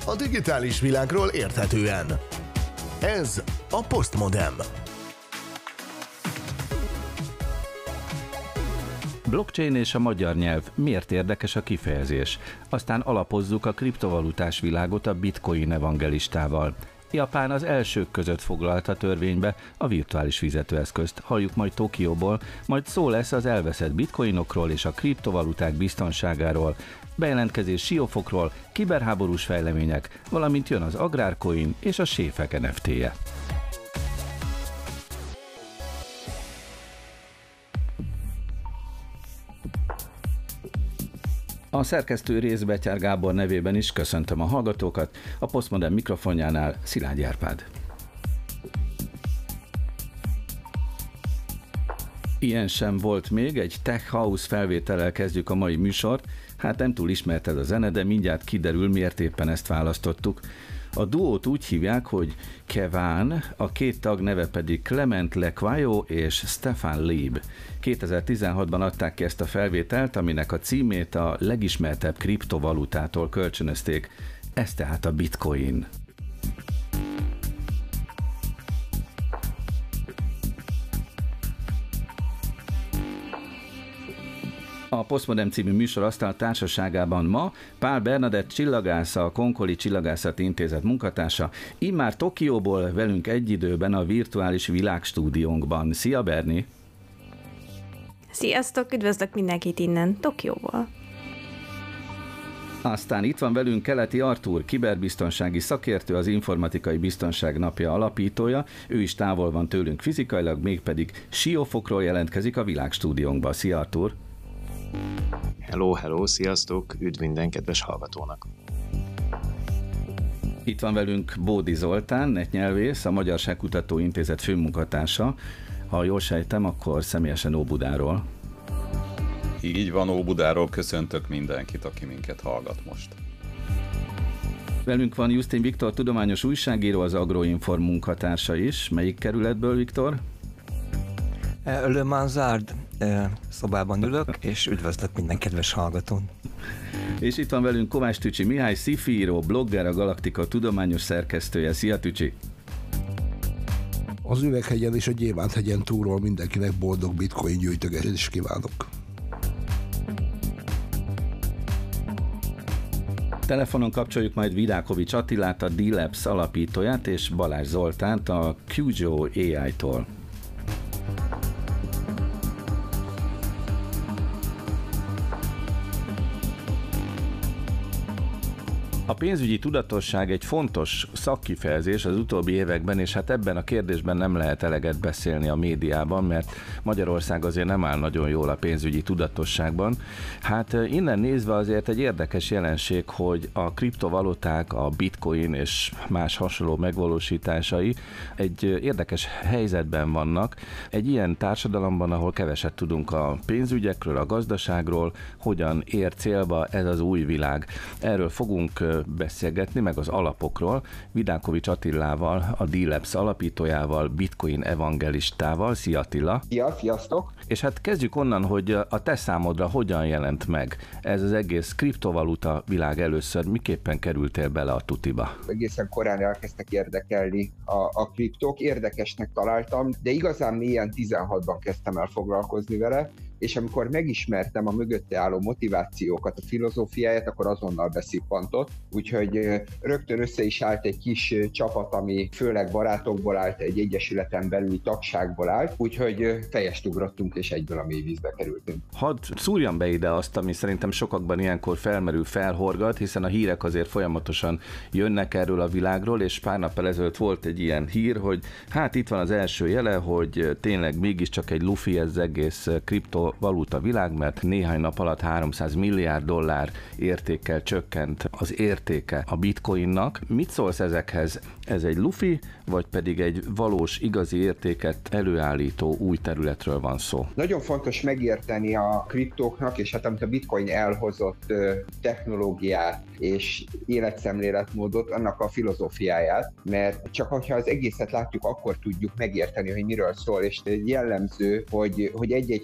a digitális világról érthetően. Ez a Postmodem. Blockchain és a magyar nyelv. Miért érdekes a kifejezés? Aztán alapozzuk a kriptovalutás világot a Bitcoin evangelistával. Japán az elsők között foglalta törvénybe a virtuális fizetőeszközt. Halljuk majd Tokióból, majd szó lesz az elveszett bitcoinokról és a kriptovaluták biztonságáról, bejelentkezés siófokról, kiberháborús fejlemények, valamint jön az agrárcoin és a séfek NFT-je. A szerkesztő rész Betyár Gábor nevében is köszöntöm a hallgatókat, a Postmodem mikrofonjánál Szilágyi Árpád. Ilyen sem volt még, egy Tech House felvétellel kezdjük a mai műsort. Hát nem túl ismert ez a zene, de mindjárt kiderül, miért éppen ezt választottuk. A duót úgy hívják, hogy Keván, a két tag neve pedig Clement Lecquayo és Stefan Lieb. 2016-ban adták ki ezt a felvételt, aminek a címét a legismertebb kriptovalutától kölcsönözték. Ez tehát a Bitcoin. A Postmodem című műsorasztal társaságában ma Pál Bernadett csillagász, a Konkoli Csillagászati Intézet munkatársa, immár Tokióból velünk egy időben a virtuális világstúdiónkban. Szia, Berni! Sziasztok, üdvözlök mindenkit innen, Tokióból! Aztán itt van velünk Keleti Artúr, kiberbiztonsági szakértő, az Informatikai Biztonság Napja alapítója. Ő is távol van tőlünk fizikailag, mégpedig siófokról jelentkezik a világstúdiónkba. Szia, Artúr! Hello, sziasztok, üdv minden kedves hallgatónak! Itt van velünk Bódi Zoltán, netnyelvész, a Magyarságkutató Intézet főmunkatársa. Ha jól sejtem, akkor személyesen Óbudáról. Így van, Óbudáról köszöntök mindenkit, aki minket hallgat most. Velünk van Justin Viktor, tudományos újságíró, az Agroinform munkatársa is. Melyik kerületből, Viktor? Le Mansard szobában ülök, és üdvözlök minden kedves hallgatón. És itt van velünk Kovács Tücsi Mihály, sci-fi-író, blogger, a Galaktika tudományos szerkesztője. Szia, Tücsi! Az Üveghegyen és a Gyémánthegyen túlról mindenkinek boldog bitcoin gyűjtögetést kívánok. Telefonon kapcsoljuk majd Vidákovics Attilát, a D-Labs alapítóját, és Balázs Zoltánt, a Qjo AI-tól. A pénzügyi tudatosság egy fontos szakkifejezés az utóbbi években, és hát ebben a kérdésben nem lehet eleget beszélni a médiában, mert Magyarország azért nem áll nagyon jól a pénzügyi tudatosságban. Hát innen nézve azért egy érdekes jelenség, hogy a kriptovaluták, a bitcoin és más hasonló megvalósításai egy érdekes helyzetben vannak. Egy ilyen társadalomban, ahol keveset tudunk a pénzügyekről, a gazdaságról, hogyan ér célba ez az új világ. Erről fogunk beszélgetni, meg az alapokról, Vidákovics Attilával, a D-Labs alapítójával, Bitcoin evangelistával. Szia, Attila! Sziasztok! És hát kezdjük onnan, hogy a te számodra hogyan jelent meg ez az egész kriptovaluta világ először, miképpen kerültél bele a tutiba? Egészen korán elkezdtek érdekelni a kriptók, érdekesnek találtam, de igazán mélyen 16-ban kezdtem el foglalkozni vele, és amikor megismertem a mögötte álló motivációkat, a filozófiáját, akkor azonnal beszippantott. Úgyhogy rögtön össze is állt egy kis csapat, ami főleg barátokból állt, egy egyesületen belüli tagságból állt, úgyhogy fejest ugrottunk, és egyből a mélyvízbe kerültünk. Hadd szúrjam be ide azt, ami szerintem sokakban ilyenkor felmerül, felhorgat, hiszen a hírek azért folyamatosan jönnek erről a világról, és pár nappal ezelőtt volt egy ilyen hír, hogy hát itt van az első jele, hogy tényleg mégiscsak egy lufi ez az egész kriptovaluta világ, mert néhány nap alatt 300 milliárd dollár értékkel csökkent az értéke a bitcoinnak. Mit szólsz ezekhez? Ez egy lufi, vagy pedig egy valós, igazi értéket előállító új területről van szó? Nagyon fontos megérteni a kriptóknak, és hát amit a bitcoin elhozott technológiát és életszemléletmódot, annak a filozófiáját, mert csak hogyha az egészet látjuk, akkor tudjuk megérteni, hogy miről szól, és jellemző, hogy egy-egy szegmensét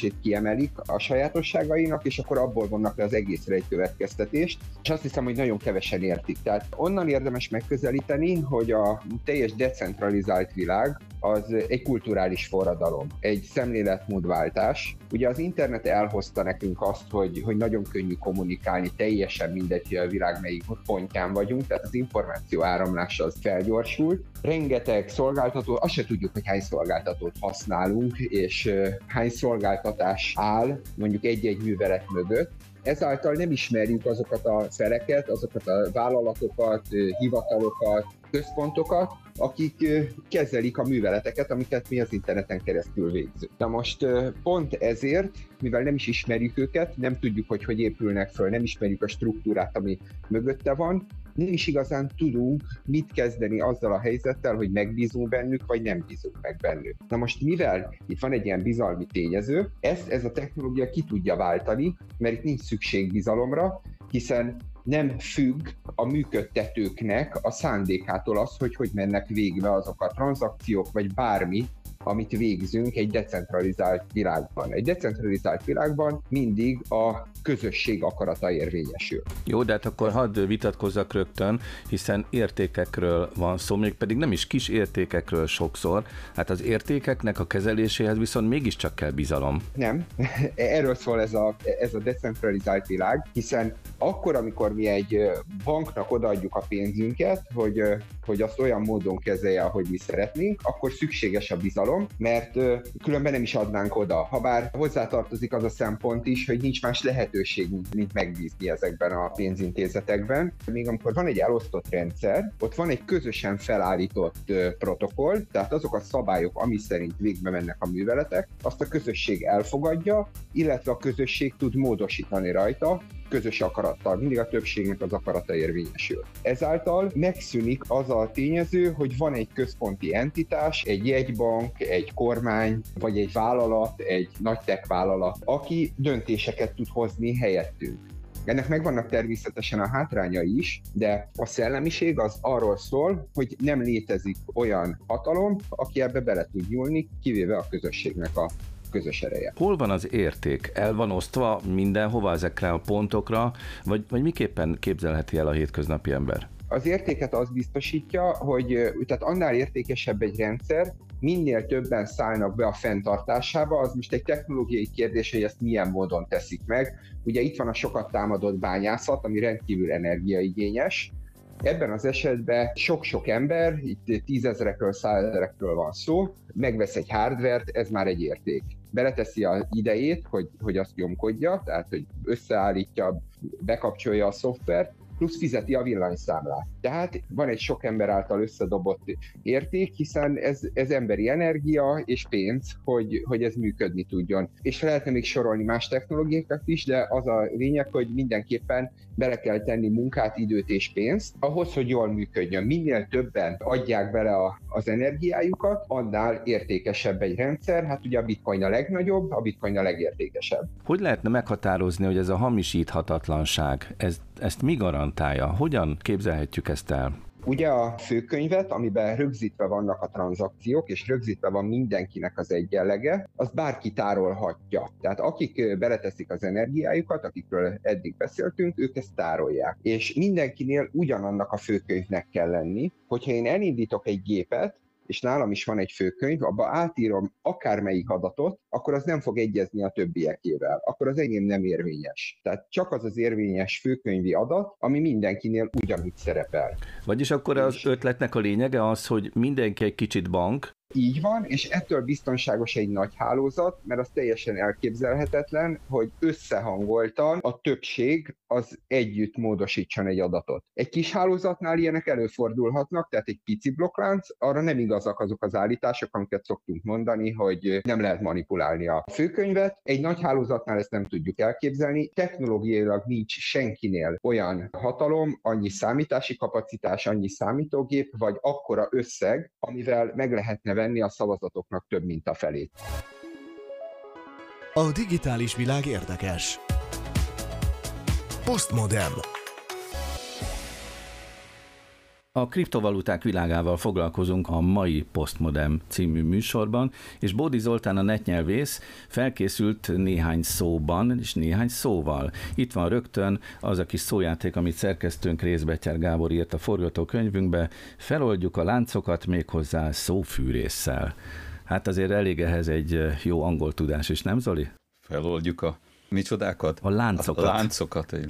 kérdését kiemelik a sajátosságainak, és akkor abból vonnak le az egészre egy következtetést, és azt hiszem, hogy nagyon kevesen értik. Tehát onnan érdemes megközelíteni, hogy a teljes decentralizált világ az egy kulturális forradalom, egy szemléletmódváltás. Ugye az internet elhozta nekünk azt, hogy nagyon könnyű kommunikálni, teljesen mindegy, hogy a világ melyik pontján vagyunk, tehát az információ áramlás az felgyorsult. Rengeteg szolgáltató, azt se tudjuk, hogy hány szolgáltatót használunk, és hány szolgáltatás áll mondjuk egy-egy művelet mögött. Ezáltal nem ismerjük azokat a feleket, azokat a vállalatokat, hivatalokat, központokat, akik kezelik a műveleteket, amiket mi az interneten keresztül végzünk. Na most pont ezért, mivel nem is ismerjük őket, nem tudjuk, hogy épülnek föl, nem ismerjük a struktúrát, ami mögötte van, nem is igazán tudunk mit kezdeni azzal a helyzettel, hogy megbízunk bennük, vagy nem bízunk meg bennük. Na most mivel itt van egy ilyen bizalmi tényező, ez a technológia ki tudja váltani, mert itt nincs szükség bizalomra, hiszen nem függ a működtetőknek a szándékától az, hogy mennek végbe azok a tranzakciók, vagy bármi, amit végzünk egy decentralizált világban. Egy decentralizált világban mindig a közösség akarata érvényesül. Jó, de hát akkor hadd vitatkozzak rögtön, hiszen értékekről van szó, mégpedig nem is kis értékekről sokszor. Hát az értékeknek a kezeléséhez viszont mégiscsak kell bizalom. Nem, erről szól ez a decentralizált világ, hiszen akkor, amikor mi egy banknak odaadjuk a pénzünket, hogy azt olyan módon kezelje, ahogy mi szeretnénk, akkor szükséges a bizalom, mert különben nem is adnánk oda. Habár hozzátartozik az a szempont is, hogy nincs más lehetőségünk, mint megbízni ezekben a pénzintézetekben. Még amikor van egy elosztott rendszer, ott van egy közösen felállított protokoll, tehát azok a szabályok, ami szerint végbe mennek a műveletek, azt a közösség elfogadja, illetve a közösség tud módosítani rajta, közös akarattal, mindig a többségnek az akarata érvényesül. Ezáltal megszűnik az a tényező, hogy van egy központi entitás, egy jegybank, egy kormány, vagy egy vállalat, egy nagy tech vállalat, aki döntéseket tud hozni helyettünk. Ennek megvannak természetesen a hátrányai is, de a szellemiség az arról szól, hogy nem létezik olyan hatalom, aki ebbe bele tud nyúlni, kivéve a közösségnek a közös ereje. Hol van az érték? El van osztva mindenhova ezekre a pontokra, vagy miképpen képzelheti el a hétköznapi ember? Az értéket az biztosítja, hogy tehát annál értékesebb egy rendszer, minél többen szállnak be a fenntartásába, az most egy technológiai kérdés, hogy ezt milyen módon teszik meg. Ugye itt van a sokat támadott bányászat, ami rendkívül energiaigényes. Ebben az esetben sok-sok ember, itt 10 000-ekről, 100 000-ekről van szó, megvesz egy hardvert, ez már egy érték. Beleteszi az idejét, hogy azt nyomkodja, tehát hogy összeállítja, bekapcsolja a szoftvert, plusz fizeti a villanyszámlát. Tehát van egy sok ember által összedobott érték, hiszen ez emberi energia és pénz, hogy ez működni tudjon. És lehetne még sorolni más technológiákat is, de az a lényeg, hogy mindenképpen bele kell tenni munkát, időt és pénzt, ahhoz, hogy jól működjön. Minél többen adják bele az energiájukat, annál értékesebb egy rendszer. Hát ugye a bitcoin a legnagyobb, a bitcoin a legértékesebb. Hogy lehetne meghatározni, hogy ez a hamisíthatatlanság, ezt mi garantálja? Hogyan képzelhetjük ezt el? Ugye a főkönyvet, amiben rögzítve vannak a tranzakciók, és rögzítve van mindenkinek az egyenlege, az bárki tárolhatja. Tehát akik beleteszik az energiájukat, akikről eddig beszéltünk, ők ezt tárolják. És mindenkinél ugyanannak a főkönyvnek kell lenni, hogyha én elindítok egy gépet, és nálam is van egy főkönyv, abba átírom akármelyik adatot, akkor az nem fog egyezni a többiekével. Akkor az enyém nem érvényes. Tehát csak az az érvényes főkönyvi adat, ami mindenkinél ugyanúgy szerepel. Vagyis akkor az ötletnek a lényege az, hogy mindenki egy kicsit bank. Így van, és ettől biztonságos egy nagy hálózat, mert az teljesen elképzelhetetlen, hogy összehangoltan a többség az együtt módosítson egy adatot. Egy kis hálózatnál ilyenek előfordulhatnak, tehát egy pici blokklánc, arra nem igazak azok az állítások, amiket szoktunk mondani, hogy nem lehet manipulálni a főkönyvet. Egy nagy hálózatnál ezt nem tudjuk elképzelni. Technológiailag nincs senkinél olyan hatalom, annyi számítási kapacitás, annyi számítógép, vagy akkora összeg, amivel meg lehetne venni a szavazatoknak több mint a felét. A digitális világ érdekes. Postmodern. A kriptovaluták világával foglalkozunk a mai Postmodern című műsorban, és Bódi Zoltán, a netnyelvész felkészült néhány szóban és néhány szóval. Itt van rögtön az a kis szójáték, amit szerkesztőnk Rézbetyár Gábor írt a forgatókönyvünkbe. Feloldjuk a láncokat méghozzá szófűrésszel. Hát azért elég ehhez egy jó angol tudás is, nem Zoli? Feloldjuk a micsodákat? A láncokat. A láncokat egy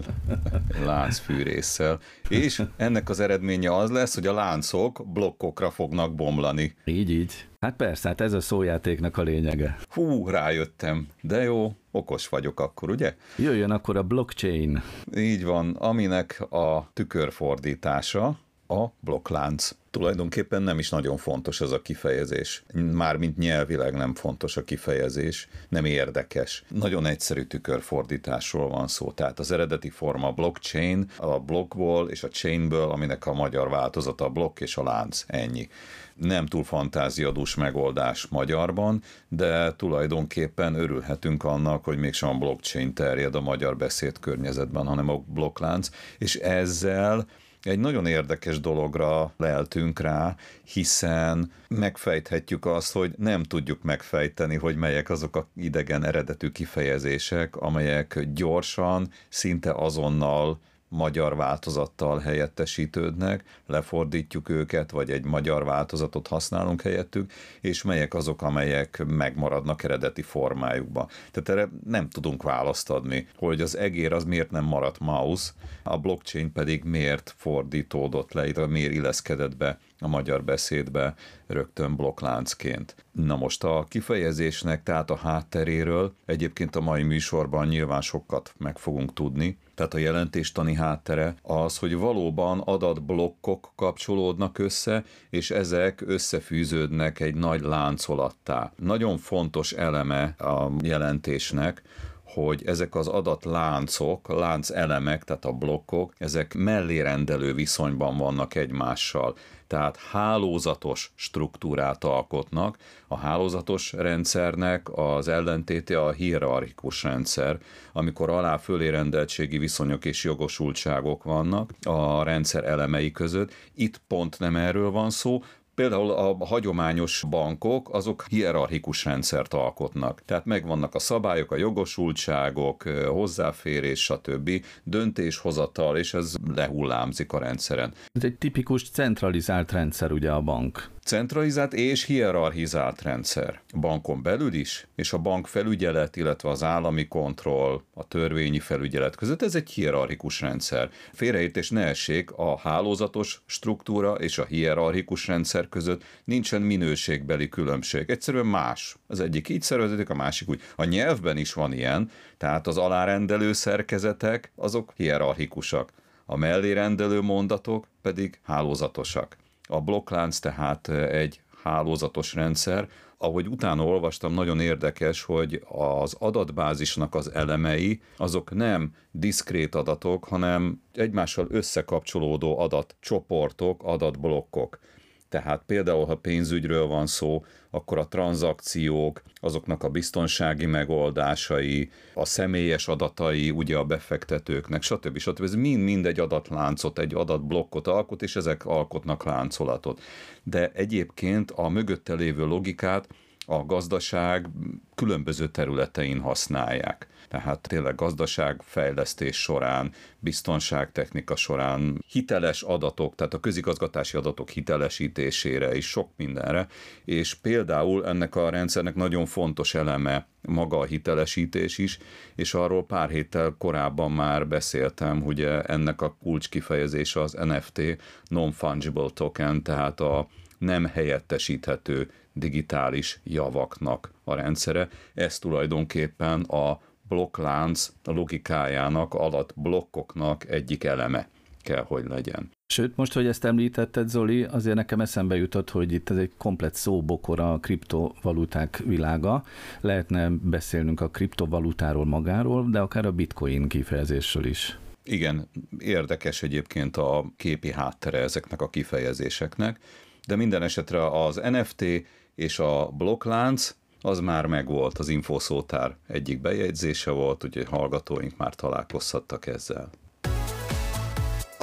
láncfűrésszel. És ennek az eredménye az lesz, hogy a láncok blokkokra fognak bomlani. Így. Hát persze, hát ez a szójátéknak a lényege. Hú, rájöttem. De jó, okos vagyok akkor, ugye? Jöjjön akkor a blockchain. Így van, aminek a tükörfordítása a blokklánc. Tulajdonképpen nem is nagyon fontos ez a kifejezés. Mármint nyelvileg nem fontos a kifejezés, nem érdekes. Nagyon egyszerű tükörfordításról van szó. Tehát az eredeti forma blockchain, a blokkból és a chainből, aminek a magyar változata a blokk és a lánc. Ennyi. Nem túl fantáziadús megoldás magyarban, de tulajdonképpen örülhetünk annak, hogy mégsem a blockchain terjed a magyar beszédkörnyezetben, hanem a blokklánc, és ezzel egy nagyon érdekes dologra leltünk rá, hiszen megfejthetjük azt, hogy nem tudjuk megfejteni, hogy melyek azok a idegen eredetű kifejezések, amelyek gyorsan, szinte azonnal magyar változattal helyettesítődnek, lefordítjuk őket, vagy egy magyar változatot használunk helyettük, és melyek azok, amelyek megmaradnak eredeti formájukban. Tehát erre nem tudunk választ adni, hogy az egér az miért nem maradt mouse, a blockchain pedig miért fordítódott le, miért illeszkedett be a magyar beszédbe rögtön blokkláncként. Na most a kifejezésnek, tehát a hátteréről egyébként a mai műsorban nyilván sokat meg fogunk tudni. Tehát a jelentéstani háttere az, hogy valóban adatblokkok kapcsolódnak össze, és ezek összefűződnek egy nagy láncolattá. Nagyon fontos eleme a jelentésnek, hogy ezek az adatláncok, láncelemek, tehát a blokkok, ezek mellérendelő viszonyban vannak egymással. Tehát hálózatos struktúrát alkotnak. A hálózatos rendszernek az ellentéte a hierarchikus rendszer, amikor alá-fölé rendeltségi viszonyok és jogosultságok vannak a rendszer elemei között. Itt pont nem erről van szó. Például a hagyományos bankok, azok hierarchikus rendszert alkotnak. Tehát megvannak a szabályok, a jogosultságok, hozzáférés, stb. Döntéshozatal, és ez lehullámzik a rendszeren. Ez egy tipikus centralizált rendszer ugye a bank. Centralizált és hierarchizált rendszer. A bankon belül is, és a bankfelügyelet, illetve az állami kontroll, a törvényi felügyelet között, ez egy hierarchikus rendszer. Félreértés ne essék, a hálózatos struktúra és a hierarchikus rendszer között nincsen minőségbeli különbség. Egyszerűen más. Az egyik így szerveződik, a másik úgy. A nyelvben is van ilyen, tehát az alárendelő szerkezetek, azok hierarchikusak. A mellérendelő mondatok pedig hálózatosak. A blokklánc tehát egy hálózatos rendszer. Ahogy utána olvastam, nagyon érdekes, hogy az adatbázisnak az elemei, azok nem diszkrét adatok, hanem egymással összekapcsolódó adatcsoportok, adatblokkok. Tehát például, ha pénzügyről van szó, akkor a tranzakciók, azoknak a biztonsági megoldásai, a személyes adatai, ugye a befektetőknek, stb. Ez mind egy adatláncot, egy adatblokkot alkot, és ezek alkotnak láncolatot. De egyébként a mögötte lévő logikát a gazdaság különböző területein használják. Tehát tényleg gazdaságfejlesztés során, biztonságtechnika során, hiteles adatok, tehát a közigazgatási adatok hitelesítésére is, sok mindenre, és például ennek a rendszernek nagyon fontos eleme maga a hitelesítés is, és arról pár héttel korábban már beszéltem, hogy ennek a kulcskifejezése az NFT, Non-Fungible Token, tehát a nem helyettesíthető digitális javaknak a rendszere. Ez tulajdonképpen a blokklánc logikájának, adatblokkoknak egyik eleme kell, hogy legyen. Sőt, most, hogy ezt említetted, Zoli, azért nekem eszembe jutott, hogy itt ez egy komplett szóbokor a kriptovaluták világa. Lehetne beszélnünk a kriptovalutáról magáról, de akár a bitcoin kifejezésről is. Igen, érdekes egyébként a képi háttere ezeknek a kifejezéseknek, de minden esetre az NFT és a blokklánc az már megvolt, az infószótár egyik bejegyzése volt, úgyhogy hallgatóink már találkozhattak ezzel.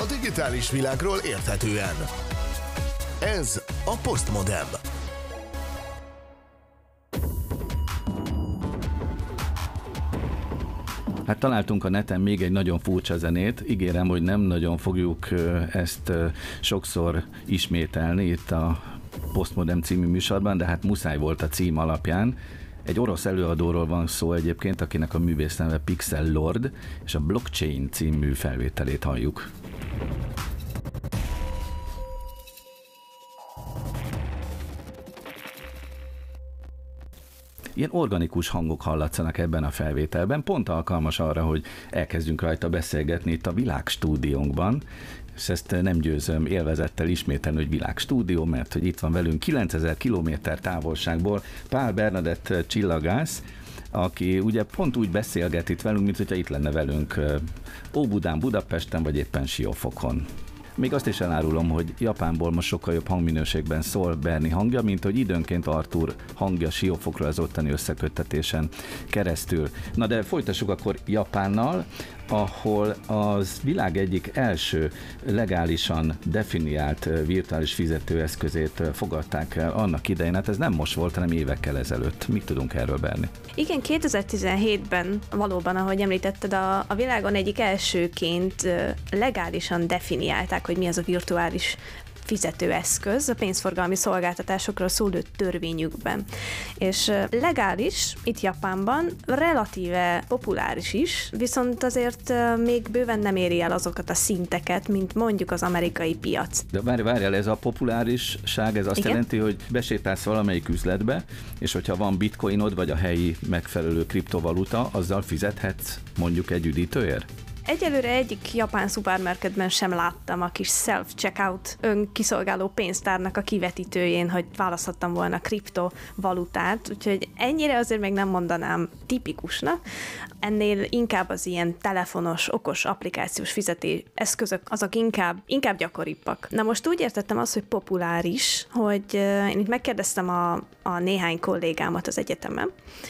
a digitális világról érthetően. Ez a Postmodem. Hát találtunk a neten még egy nagyon furcsa zenét, ígérem, hogy nem nagyon fogjuk ezt sokszor ismételni itt a Postmodem című műsorban, de hát muszáj volt a cím alapján. Egy orosz előadóról van szó egyébként, akinek a művész neve Pixel Lord, és a Blockchain című felvételét halljuk. Ilyen organikus hangok hallatszanak ebben a felvételben, pont alkalmas arra, hogy elkezdjünk rajta beszélgetni itt a Világstúdiónkban, és ezt nem győzöm élvezettel ismételni, hogy Világstúdió, mert hogy itt van velünk 9000 kilométer távolságból Pál Bernadett csillagász, aki ugye pont úgy beszélget itt velünk, mint hogyha itt lenne velünk Óbudán, Budapesten, vagy éppen Siófokon. Még azt is elárulom, hogy Japánból most sokkal jobb hangminőségben szól Berni hangja, mint hogy időnként Artur hangja Siófokról az ottani összeköttetésen keresztül. Na de folytassuk akkor Japánnal, ahol az világ egyik első legálisan definiált virtuális fizetőeszközét fogadták el annak idején. Hát ez nem most volt, hanem évekkel ezelőtt. Mit tudunk erről, Berni? Igen, 2017-ben valóban, ahogy említetted, a világon egyik elsőként legálisan definiálták, hogy mi az a virtuális fizetőeszköz a pénzforgalmi szolgáltatásokról szóló törvényükben. És legális itt Japánban, relatíve populáris is, viszont azért még bőven nem éri el azokat a szinteket, mint mondjuk az amerikai piac. De várjál, ez a populárisság, ez azt jelenti, hogy besétálsz valamelyik üzletbe, és hogyha van bitcoinod, vagy a helyi megfelelő kriptovaluta, azzal fizethetsz mondjuk egy üdítőért? Egyelőre egyik japán szupermarketben sem láttam a kis self-checkout önkiszolgáló pénztárnak a kivetítőjén, hogy választhattam volna kriptovalutát, úgyhogy ennyire azért még nem mondanám tipikusnak. Ennél inkább az ilyen telefonos, okos, applikációs fizetés eszközök, azok inkább gyakoribbak. Na most úgy értettem azt, hogy populáris, hogy én itt megkérdeztem a néhány kollégámat az egyetemen,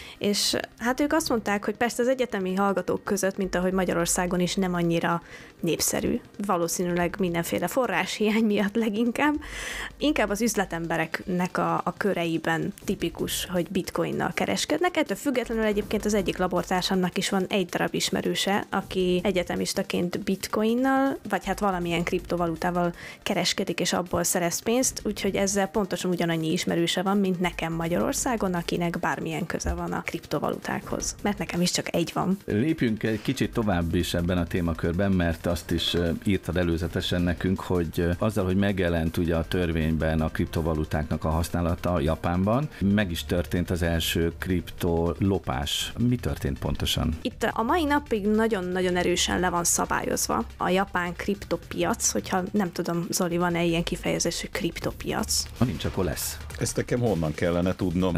és hát ők azt mondták, hogy persze az egyetemi hallgatók között, mint ahogy Magyarországon is nem annyira népszerű, valószínűleg mindenféle forráshiány miatt leginkább, inkább az üzletembereknek a köreiben tipikus, hogy bitcoinnal kereskednek. Ettől függetlenül egyébként az egyik labortársamnak is van egy darab ismerőse, aki egyetemistaként bitcoinnal, vagy hát valamilyen kriptovalutával kereskedik, és abból szerez pénzt, úgyhogy ezzel pontosan ugyanannyi ismerőse van, mint nekem Magyarországon, akinek bármilyen köze van a kriptovalutákhoz. Mert nekem is csak egy van. Lépjünk egy kicsit tovább is ebben a témakörben, mert azt is írtad előzetesen nekünk, hogy azzal, hogy megjelent ugye a törvényben a kriptovalutáknak a használata Japánban, meg is történt az első kriptolopás. Mi történt pontosan? Itt a mai napig nagyon-nagyon erősen le van szabályozva a japán kriptopiac, hogyha nem tudom, Zoli, van-e ilyen kifejezés, hogy kriptopiac? Ha nincs, akkor lesz. Ezt nekem honnan kellene tudnom?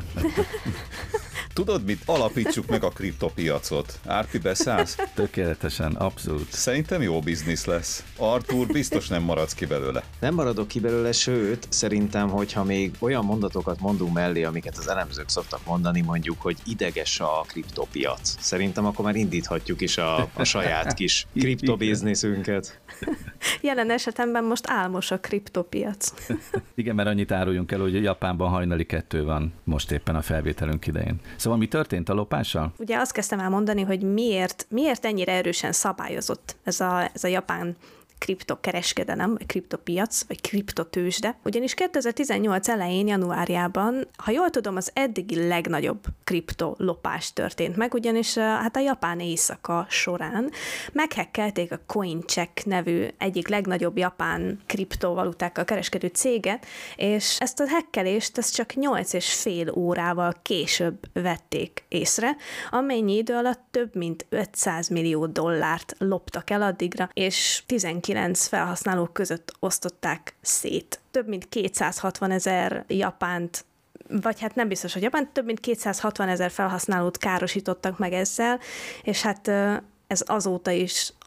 Tudod mit? Alapítsuk meg a kriptopiacot. Árpi, beszállsz? Tökéletesen, abszolút. Szerintem jó biznisz lesz. Artur, biztos nem maradsz ki belőle. Nem maradok ki belőle, sőt, szerintem, hogyha még olyan mondatokat mondunk mellé, amiket az elemzők szoktak mondani, mondjuk, hogy ideges a kriptopiac. Szerintem akkor már indíthatjuk is a saját kis kriptobizniszünket. Jelen esetemben most álmos a kriptopiac. Igen, mert annyit áruljunk el, hogy Japánban hajnali 2 van most éppen a felvételünk idején. Szóval mi történt a lopással? Ugye azt kezdtem el mondani, hogy miért ennyire erősen szabályozott ez a japán kriptokereskedelem, vagy kriptopiac, vagy kriptotőzsde. Ugyanis 2018 elején, januárjában, ha jól tudom, az eddigi legnagyobb kriptolopás történt meg, ugyanis hát a japán éjszaka során meghekkelték a CoinCheck nevű egyik legnagyobb japán kriptovalutákkal kereskedő céget, és ezt a hekkelést csak 8,5 órával később vették észre, amennyi idő alatt több mint $500 millió loptak el addigra, és 19 felhasználók között osztották szét. Több mint 260 000 japánt, vagy hát nem biztos, hogy Japán, több mint 260 000 felhasználót károsítottak meg ezzel, és hát ez azóta is a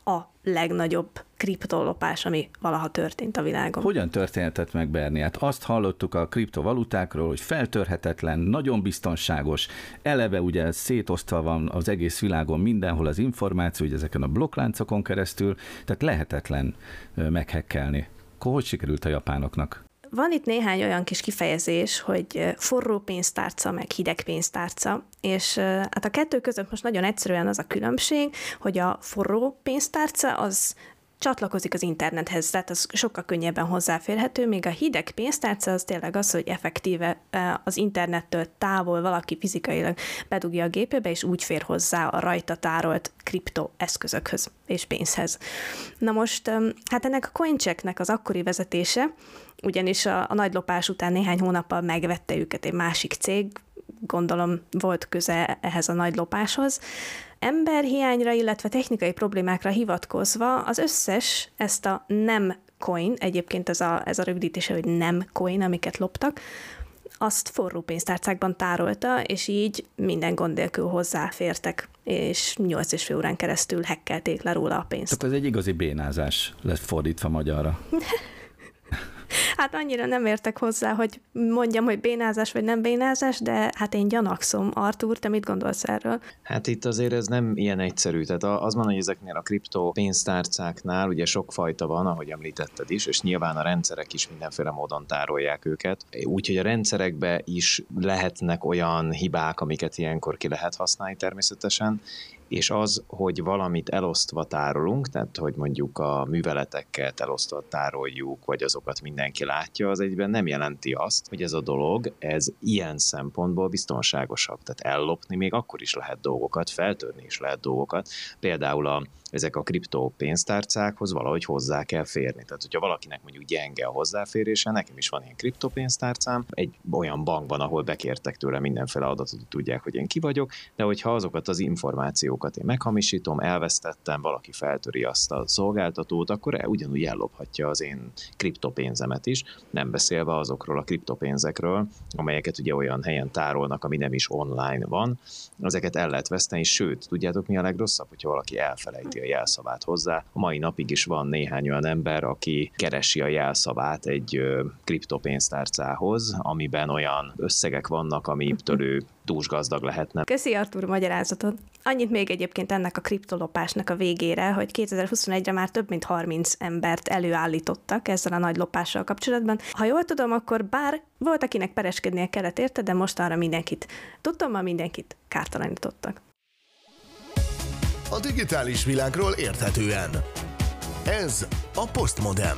legnagyobb kriptolopás, ami valaha történt a világon. Hogyan történhetett meg, Berni? Hát azt hallottuk a kriptovalutákról, hogy feltörhetetlen, nagyon biztonságos, eleve ugye szétosztva van az egész világon mindenhol az információ, hogy ezeken a blokkláncokon keresztül, tehát lehetetlen meghekkelni. Akkor hogy sikerült a japánoknak? Van itt néhány olyan kis kifejezés, hogy forró pénztárca, meg hideg pénztárca, és hát a kettő között most nagyon egyszerűen az a különbség, hogy a forró pénztárca az csatlakozik az internethez, tehát az sokkal könnyebben hozzáférhető, még a hideg pénztárca az tényleg az, hogy effektíve az internettől távol valaki fizikailag bedugja a gépébe, és úgy fér hozzá a rajta tárolt kriptoeszközökhöz és pénzhez. Na most, hát ennek a CoinChecknek az akkori vezetése, ugyanis a nagy lopás után néhány hónappal megvette őket egy másik cég, gondolom volt köze ehhez a nagy lopáshoz, emberhiányra, illetve technikai problémákra hivatkozva az összes ezt a nem coin, egyébként ez a rövidítése, hogy nem coin, amiket loptak, azt forró pénztárcákban tárolta, és így minden gond nélkül hozzáfértek, és 8,5 órán keresztül hekkelték le róla a pénzt. Tehát ez egy igazi bénázás lett fordítva magyarra. Hát annyira nem értek hozzá, hogy mondjam, hogy bénázás vagy nem bénázás, de hát én gyanakszom. Artúr, te mit gondolsz erről? Hát itt azért ez nem ilyen egyszerű. Tehát az van, hogy ezeknél a kripto pénztárcáknál ugye sok fajta van, ahogy említetted is, és nyilván a rendszerek is mindenféle módon tárolják őket. Úgyhogy a rendszerekbe is lehetnek olyan hibák, amiket ilyenkor ki lehet használni természetesen, és az, hogy valamit elosztva tárolunk, tehát hogy mondjuk a műveleteket elosztva tároljuk, vagy azokat mindenki látja, az egyben nem jelenti azt, hogy ez a dolog, ez ilyen szempontból biztonságosabb. Tehát ellopni még akkor is lehet dolgokat, feltörni is lehet dolgokat. Például ezek a kriptó pénztárcákhoz valahogy hozzá kell férni. Tehát, hogyha valakinek mondjuk gyenge a hozzáférése, nekem is van ilyen kriptopénztárcám, egy olyan bankban, ahol bekértek tőle mindenféle adatot, tudják, hogy én ki vagyok, de hogyha azokat az információkat én meghamisítom, elvesztettem, valaki feltöri azt a szolgáltatót, akkor ugyanúgy ellophatja az én kriptopénzemet is, nem beszélve azokról a kriptopénzekről, amelyeket ugye olyan helyen tárolnak, ami nem is online van, ezeket el lehet veszteni, sőt, tudjátok mi a legrosszabb, hogyha valaki elfelejti a jelszavát hozzá. A mai napig is van néhány olyan ember, aki keresi a jelszavát egy kriptopénztárcához, amiben olyan összegek vannak, amitől ő dúsgazdag lehetne. Köszi, Artúr, magyarázatot. Annyit még egyébként ennek a kriptolopásnak a végére, hogy 2021-re már több mint 30 embert előállítottak ezzel a nagy lopással kapcsolatban. Ha jól tudom, akkor bár volt, akinek pereskednie kellett érte, de mostanra mindenkit kártalanítottak. A digitális világról érthetően. Ez a Postmodem.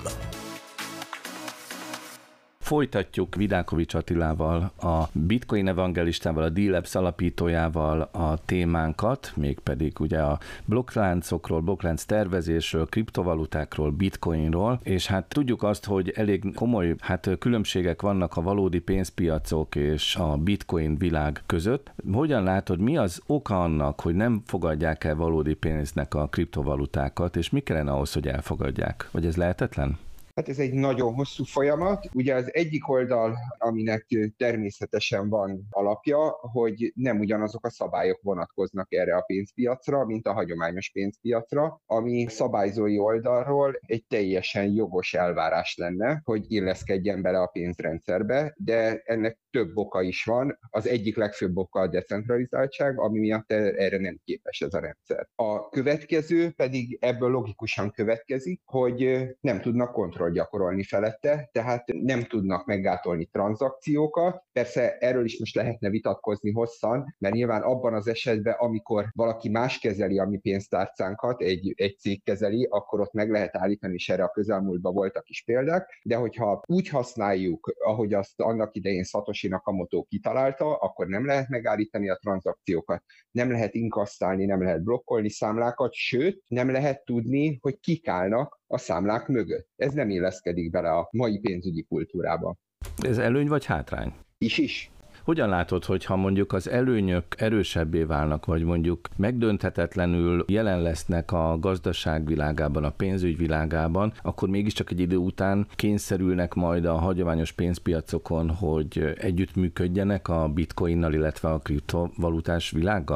Folytatjuk Vidákovics Attilával, a Bitcoin evangelistával, a D-Labs alapítójával a témánkat, mégpedig ugye a blokkláncokról, blokklánc tervezésről, kriptovalutákról, bitcoinról, és hát tudjuk azt, hogy elég komoly különbségek vannak a valódi pénzpiacok és a bitcoin világ között. Hogyan látod, mi az oka annak, hogy nem fogadják el valódi pénznek a kriptovalutákat, és mi kellene ahhoz, hogy elfogadják? Vagy ez lehetetlen? Hát ez egy nagyon hosszú folyamat. Ugye az egyik oldal, aminek természetesen van alapja, hogy nem ugyanazok a szabályok vonatkoznak erre a pénzpiacra, mint a hagyományos pénzpiacra, ami szabályzói oldalról egy teljesen jogos elvárás lenne, hogy illeszkedjen bele a pénzrendszerbe, de ennek több oka is van. Az egyik legfőbb oka a decentralizáltság, ami miatt erre nem képes ez a rendszer. A következő pedig ebből logikusan következik, hogy nem tudnak kontrollt gyakorolni felette, tehát nem tudnak meggátolni tranzakciókat. Persze erről is most lehetne vitatkozni hosszan, mert nyilván abban az esetben, amikor valaki más kezeli a mi pénztárcánkat, egy cég kezeli, akkor ott meg lehet állítani, és erre a közelmúltban voltak is példák, de hogyha úgy használjuk, ahogy azt annak idején Satoshi Nakamoto kitalálta, akkor nem lehet megállítani a tranzakciókat, nem lehet inkasszálni, nem lehet blokkolni számlákat, sőt, nem lehet tudni, hogy kik állnak a számlák mögött. Ez nem illeszkedik bele a mai pénzügyi kultúrába. Ez előny vagy hátrány? Is. Hogyan látod, hogyha mondjuk az előnyök erősebbé válnak, vagy mondjuk megdönthetetlenül jelen lesznek a gazdaság világában, a pénzügy világában, akkor mégiscsak egy idő után kényszerülnek majd a hagyományos pénzpiacokon, hogy együttműködjenek a bitcoinnal, illetve a kriptovalutás világgal?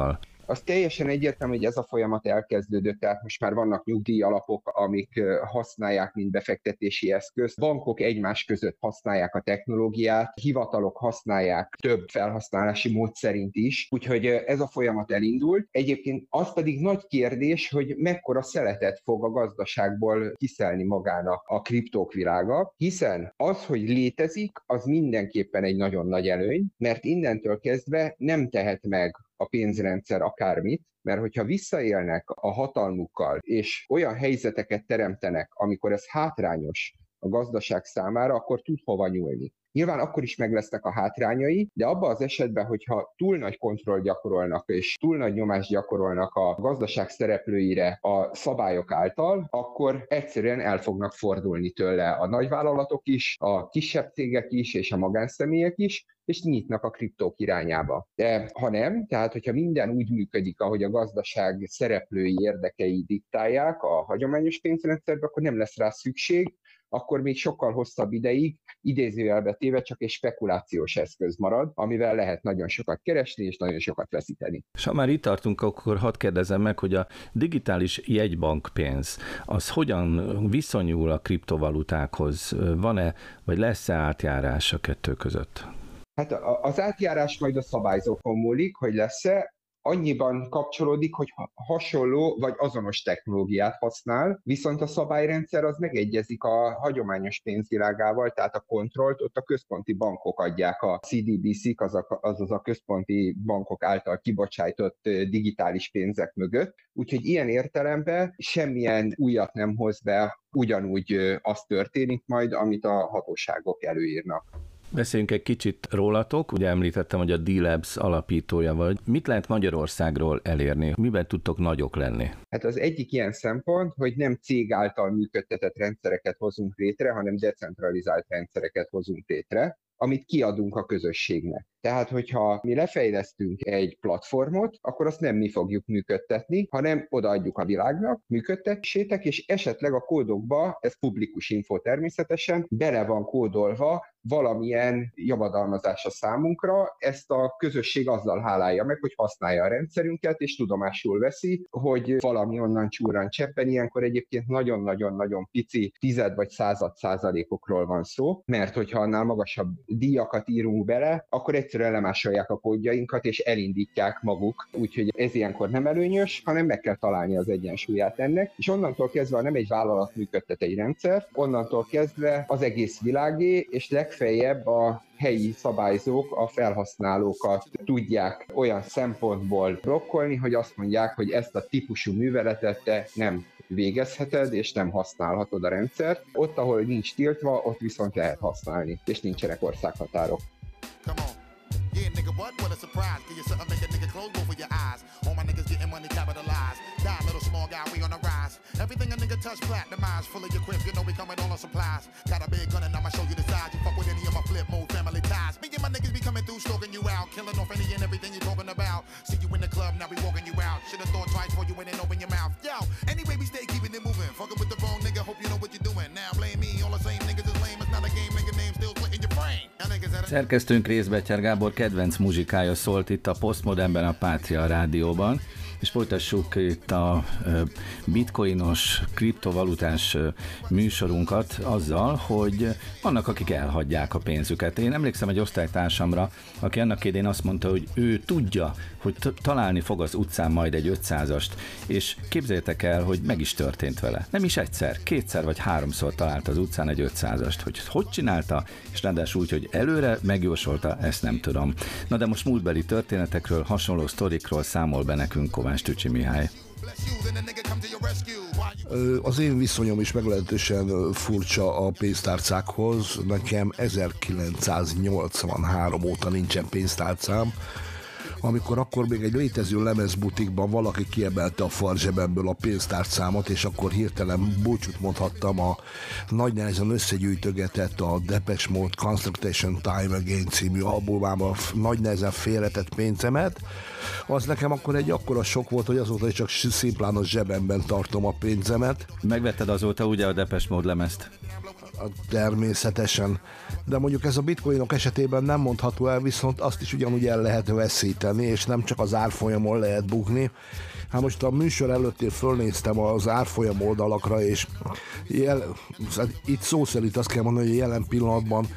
Az teljesen egyértelmű, hogy ez a folyamat elkezdődött, tehát most már vannak nyugdíjalapok, amik használják, mint befektetési eszköz. Bankok egymás között használják a technológiát, hivatalok használják több felhasználási mód szerint is, úgyhogy ez a folyamat elindult. Egyébként az pedig nagy kérdés, hogy mekkora szeletet fog a gazdaságból kiszelni magának a kriptók világa, hiszen az, hogy létezik, az mindenképpen egy nagyon nagy előny, mert innentől kezdve nem tehet meg a pénzrendszer akármit, mert hogyha visszaélnek a hatalmukkal, és olyan helyzeteket teremtenek, amikor ez hátrányos a gazdaság számára, akkor tud hova nyúlni. Nyilván akkor is meg lesznek a hátrányai, de abban az esetben, hogyha túl nagy kontroll gyakorolnak, és túl nagy nyomást gyakorolnak a gazdaság szereplőire a szabályok által, akkor egyszerűen el fognak fordulni tőle a nagyvállalatok is, a kisebb cégek is, és a magánszemélyek is, és nyitnak a kriptók irányába. De ha nem, tehát hogyha minden úgy működik, ahogy a gazdaság szereplői érdekei diktálják a hagyományos pénzrendszerben, akkor nem lesz rá szükség, akkor még sokkal hosszabb ideig idézőjelbe téve csak egy spekulációs eszköz marad, amivel lehet nagyon sokat keresni és nagyon sokat veszíteni. És ha már itt tartunk, akkor hadd kérdezzem meg, hogy a digitális jegybankpénz az hogyan viszonyul a kriptovalutákhoz? Van-e, vagy lesz-e átjárás a kettő között? Hát az átjárás majd a szabályzókon múlik, hogy lesz-e. Annyiban kapcsolódik, hogy hasonló vagy azonos technológiát használ, viszont a szabályrendszer az megegyezik a hagyományos pénzvilágával, tehát a kontrollt ott a központi bankok adják, a CDBC-k, azaz a központi bankok által kibocsájtott digitális pénzek mögött. Úgyhogy ilyen értelemben semmilyen újat nem hoz be, ugyanúgy az történik majd, amit a hatóságok előírnak. Beszéljünk egy kicsit rólatok, ugye említettem, hogy a D-Labs alapítója vagy. Mit lehet Magyarországról elérni? Miben tudtok nagyok lenni? Hát az egyik ilyen szempont, hogy nem cég által működtetett rendszereket hozunk létre, hanem decentralizált rendszereket hozunk létre, amit kiadunk a közösségnek. Tehát, hogyha mi lefejlesztünk egy platformot, akkor azt nem mi fogjuk működtetni, hanem odaadjuk a világnak, működtessétek, és esetleg a kódokba, ez publikus info természetesen, bele van kódolva valamilyen javadalmazás a számunkra, ezt a közösség azzal hálálja meg, hogy használja a rendszerünket, és tudomásul veszi, hogy valami onnan csúran cseppen, ilyenkor egyébként nagyon-nagyon-nagyon pici 10 vagy 100%-okról van szó, mert hogyha annál magasabb díjakat írunk bele, akkor egyszerűen lemásolják a kódjainkat, és elindítják maguk, úgyhogy ez ilyenkor nem előnyös, hanem meg kell találni az egyensúlyát ennek, és onnantól kezdve nem egy vállalat működtet egy rendszer, onnantól kezdve az egész világé, és legfeljebb a helyi szabályzók a felhasználókat tudják olyan szempontból blokkolni, hogy azt mondják, hogy ezt a típusú műveletet te nem végezheted, és nem használhatod a rendszert. Ott, ahol nincs tiltva, ott viszont lehet használni, és nincsenek országhatárok. Yeah, nigga, what? What a surprise. Give you something, make a nigga close both of your eyes. All my niggas getting money capitalized. Die, little small guy, we on the rise. Everything a nigga touch, platinumized. Full of your quips, you know we come with all our supplies. Got a big gun and I'ma show you the size. You fuck with any of my flip mode family ties. Me and my niggas be coming through, stalking you out. Killing off any and everything you talking about. See you in the club, now we walking you out. Should've thought twice before you went and open your mouth. Yo, anyway, we stay keeping it moving. Fucking with the wrong nigga, hope you know what you're doing. Now blame me, all the same niggas is lame. It's not a game, nigga name still splitting your brain. Szerkesztőnk Rézbetyár Gábor kedvenc muzsikája szólt itt a Postmodernben, a Pátria Rádióban, és folytassuk itt a bitcoinos, kriptovalutás műsorunkat azzal, hogy vannak, akik elhagyják a pénzüket. Én emlékszem egy osztálytársamra, aki annak idején azt mondta, hogy ő tudja, hogy találni fog az utcán majd egy 500-ast, és képzeljétek el, hogy meg is történt vele. Nem is egyszer, 2-szer vagy 3-szor talált az utcán egy 500-ast. Hogy csinálta, és ráadásul úgy, hogy előre megjósolta, ezt nem tudom. Na de most múltbeli történetekről, hasonló sztorikról számol be nekünk Kovács Tücsi Mihály. Az én viszonyom is meglehetősen furcsa a pénztárcákhoz. Nekem 1983 óta nincsen pénztárcám, amikor akkor még egy létező lemezbutikban valaki kiemelte a farzsebemből a pénztárcámat, és akkor hirtelen búcsút mondhattam a nagy nehezen összegyűjtögetett a Depeche Mode Construction Time Again című albumában nagy nehezen félretett pénzemet. Az nekem akkor egy akkora sok volt, hogy azóta csak szimplán a zsebemben tartom a pénzemet. Megvetted azóta ugye a Depeche Mode lemezt? Természetesen, de mondjuk ez a bitcoinok esetében nem mondható el, viszont azt is ugyanúgy el lehet veszíteni. tenni, és nem csak az árfolyamon lehet bukni. Hát most a műsor előtt én fölnéztem az árfolyam oldalakra, és itt szó szerint azt kell mondani, hogy jelen pillanatban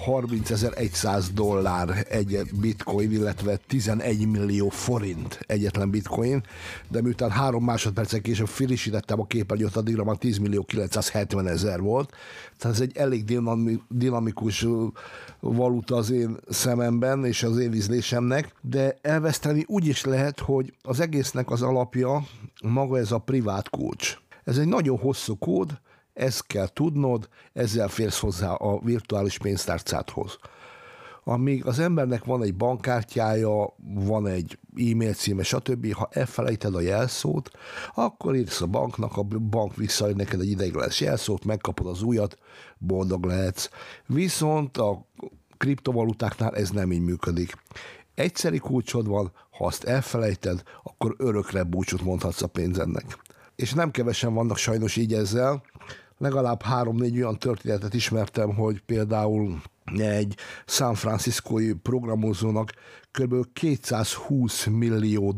$30.100 egy bitcoin, illetve 11 millió forint egyetlen bitcoin, de miután 3 másodpercen később frissítettem a képernyőt, addigra már 10.970.000 volt. Tehát ez egy elég dinamikus valuta az én szememben és az én ízlésemnek, de elveszteni úgy is lehet, hogy az egésznek az alapja maga ez a privát kulcs. Ez egy nagyon hosszú kód, ezt kell tudnod, ezzel férsz hozzá a virtuális pénztárcádhoz. Amíg az embernek van egy bankkártyája, van egy e-mail címe, stb., ha elfelejted a jelszót, akkor írsz a banknak, a bank visszaad neked egy ideiglenes jelszót, megkapod az újat, boldog lehetsz. Viszont a kriptovalutáknál ez nem így működik. Egyszeri kulcsod van, ha azt elfelejted, akkor örökre búcsút mondhatsz a pénzednek. És nem kevesen vannak sajnos így ezzel, legalább 3-4 olyan történetet ismertem, hogy például egy San Franciscói programozónak kb. $220 millió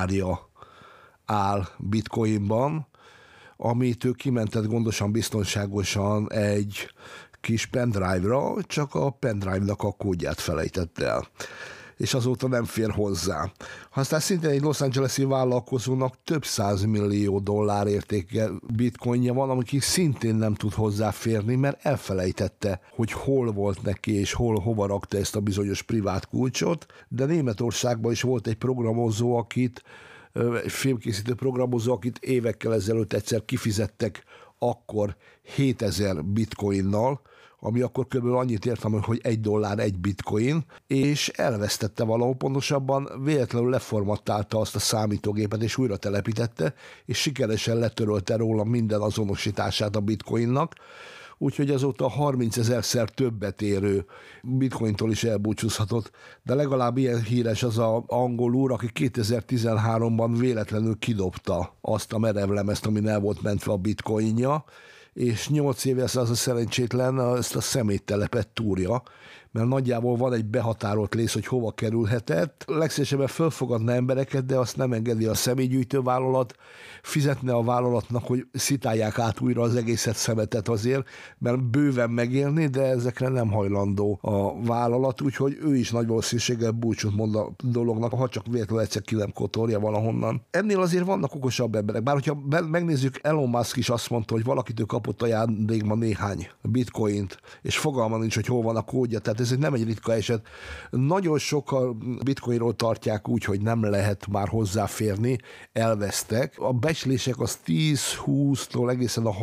áll bitcoinban, amit ő kimentett gondosan, biztonságosan egy kis pendrive-ra, csak a pendrive-nak a kódját felejtett el, és azóta nem fér hozzá. Aztán szintén egy Los Angeles-i vállalkozónak több $100 millió értéke bitcoinja van, amik szintén nem tud hozzáférni, mert elfelejtette, hogy hol volt neki, és hova rakta ezt a bizonyos privát kulcsot, de Németországban is volt egy programozó, egy filmkészítő programozó, akit évekkel ezelőtt egyszer kifizettek akkor 7000 bitcoinnal, ami akkor kb. Annyit értem, hogy $1 egy bitcoin, és elvesztette valahol, pontosabban véletlenül leformattálta azt a számítógépet, és újra telepítette, és sikeresen letörölte róla minden azonosítását a bitcoinnak, úgyhogy azóta 30 000-szer többet érő bitcointól is elbúcsúzhatott, de legalább ilyen híres az az angol úr, aki 2013-ban véletlenül kidobta azt a merevlemezt, amin el volt mentve a bitcoinja, és 8 éve az a szerencsétlen ezt a szeméttelepet túrja, mert nagyjából van egy behatárolt rész, hogy hova kerülhetett. Legszívesebben fölfogadna embereket, de azt nem engedi a személygyűjtő vállalat, fizetne a vállalatnak, hogy szitálják át újra az egészet szemetet azért, mert bőven megélni, de ezekre nem hajlandó a vállalat, úgyhogy ő is nagy valószínűséggel búcsút mond a dolognak, ha csak véletlenül egyszer ki nem kotorja valahonnan. Ennél azért vannak okosabb emberek, bár hogyha megnézzük, Elon Musk is azt mondta, hogy valakitől kapott ajándékban néhány bitcoint, és fogalma nincs, hogy hol van a kódja, tehát ez nem egy ritka eset. Nagyon sok a bitcoinról tartják úgy, hogy nem lehet már hozzáférni, elvesztek. A becslések az 10-20-tól egészen a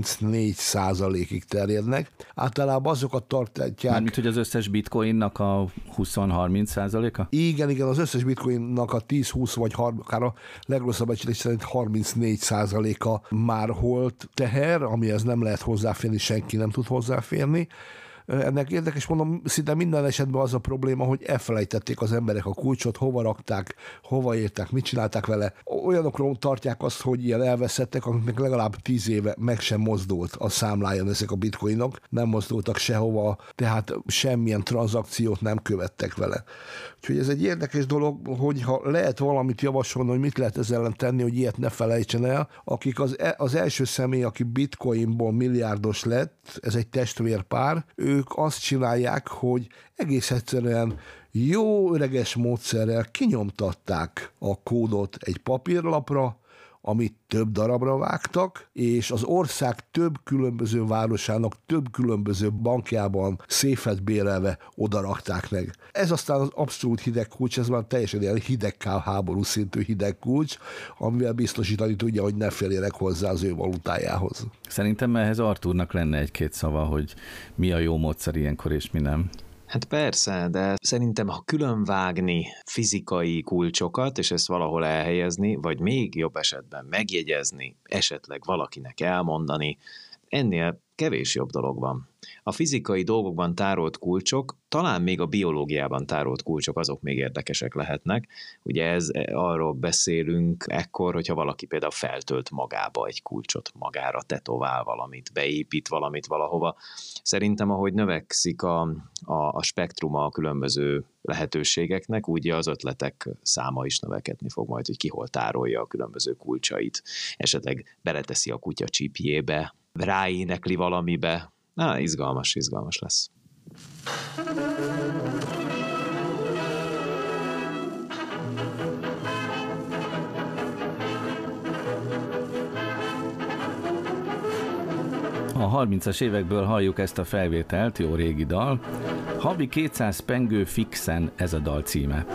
34%-ig terjednek. Általában azokat tartják... Mármint, hogy az összes bitcoinnak a 20-30%-a? Igen, az összes bitcoinnak a 10-20 vagy akár a legrosszabb becslés szerint 34%-a már holt teher, amihez nem lehet hozzáférni, senki nem tud hozzáférni. Ennek érdekes, mondom, szinte minden esetben az a probléma, hogy elfelejtették az emberek a kulcsot, hova rakták, hova értek, mit csinálták vele. Olyanokról tartják azt, hogy ilyen elveszettek, amiknek legalább 10 éve meg sem mozdult a számláján ezek a bitcoinok, nem mozdultak sehova, tehát semmilyen tranzakciót nem követtek vele. Úgyhogy ez egy érdekes dolog, hogyha lehet valamit javasolni, hogy mit lehet ezzel ellen tenni, hogy ilyet ne felejtsen el. Akik az első személy, aki bitcoinból milliárdos lett, ez egy testvérpár, ők azt csinálják, hogy egész egyszerűen jó öreges módszerrel kinyomtatták a kódot egy papírlapra, amit több darabra vágtak, és az ország több különböző városának több különböző bankjában széfet bérelve odarakták meg. Ez aztán az abszolút hideg kulcs, ez már teljesen ilyen hidegháború szintű hideg kulcs, amivel biztosítani tudja, hogy ne férjenek hozzá az ő valutájához. Szerintem ehhez Artúrnak lenne egy-két szava, hogy mi a jó módszer ilyenkor és mi nem. Hát persze, de szerintem, ha különvágni fizikai kulcsokat, és ezt valahol elhelyezni, vagy még jobb esetben megjegyezni, esetleg valakinek elmondani, ennél kevés jobb dolog van. A fizikai dolgokban tárolt kulcsok, talán még a biológiában tárolt kulcsok, azok még érdekesek lehetnek. Ugye arról beszélünk ekkor, hogyha valaki például feltölt magába egy kulcsot, magára tetovál valamit, beépít valamit valahova. Szerintem, ahogy növekszik a spektruma a különböző lehetőségeknek, úgy az ötletek száma is növekedni fog majd, hogy ki hol tárolja a különböző kulcsait. Esetleg beleteszi a kutya csipjébe, ráénekli valamibe. Izgalmas lesz. A 30-as évekből halljuk ezt a felvételt, jó régi dal. Havi 200 pengő fixen, ez a dal címe.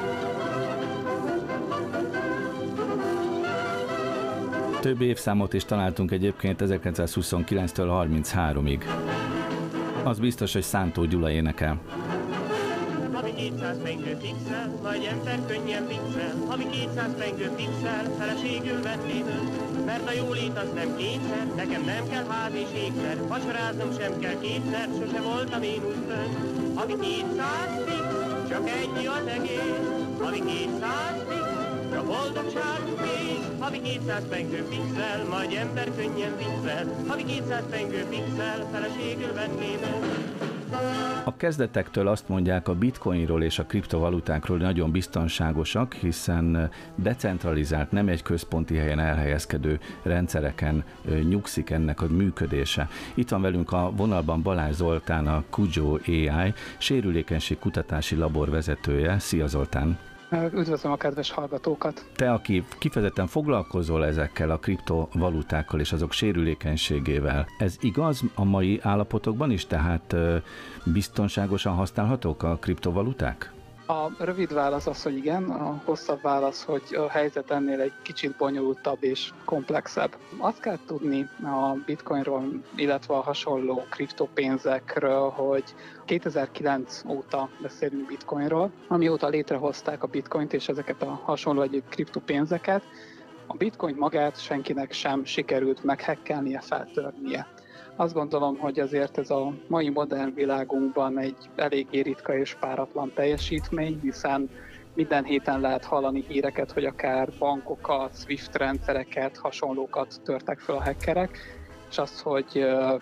Több évszámot is találtunk egyébként 1929-től 33-ig. Az biztos, hogy Szántó Gyula énekel. Havi 200 pengő fixel, nagy ember könnyen fixel, havi 200 pengő fixel, feleségül venném őt, mert a jólét az nem kényszer, nekem nem kell ház és ékszer, vacsoráznom sem kell kétszer, sose voltam én úgy fönn. Havi 200 fix, csak ennyi az egész, havi 200 fix, a boldogságunk és havi 200 pengő fixel, majd ember könnyen fixel, havi 200 pengő fixel, feleségül venném őt. A kezdetektől azt mondják a bitcoinról és a kriptovalutákról nagyon biztonságosak, hiszen decentralizált, nem egy központi helyen elhelyezkedő rendszereken nyugszik ennek a működése. Itt van velünk a vonalban Balázs Zoltán, a Kujo AI sérülékenység kutatási labor vezetője. Szia Zoltán! Üdvözlöm a kedves hallgatókat! Te, aki kifejezetten foglalkozol ezekkel a kriptovalutákkal és azok sérülékenységével, ez igaz a mai állapotokban is, tehát biztonságosan használhatók a kriptovaluták? A rövid válasz az, hogy igen, a hosszabb válasz, hogy a helyzet ennél egy kicsit bonyolultabb és komplexebb. Azt kell tudni a bitcoinról, illetve a hasonló kriptopénzekről, hogy 2009 óta beszélünk bitcoinról, amióta létrehozták a bitcoint és ezeket a hasonló egyéb kriptopénzeket, a bitcoin magát senkinek sem sikerült meghekkelnie, feltörnie. Azt gondolom, hogy azért ez a mai modern világunkban egy eléggé ritka és páratlan teljesítmény, hiszen minden héten lehet hallani híreket, hogy akár bankokat, SWIFT rendszereket, hasonlókat törtek fel a hackerek, és az, hogy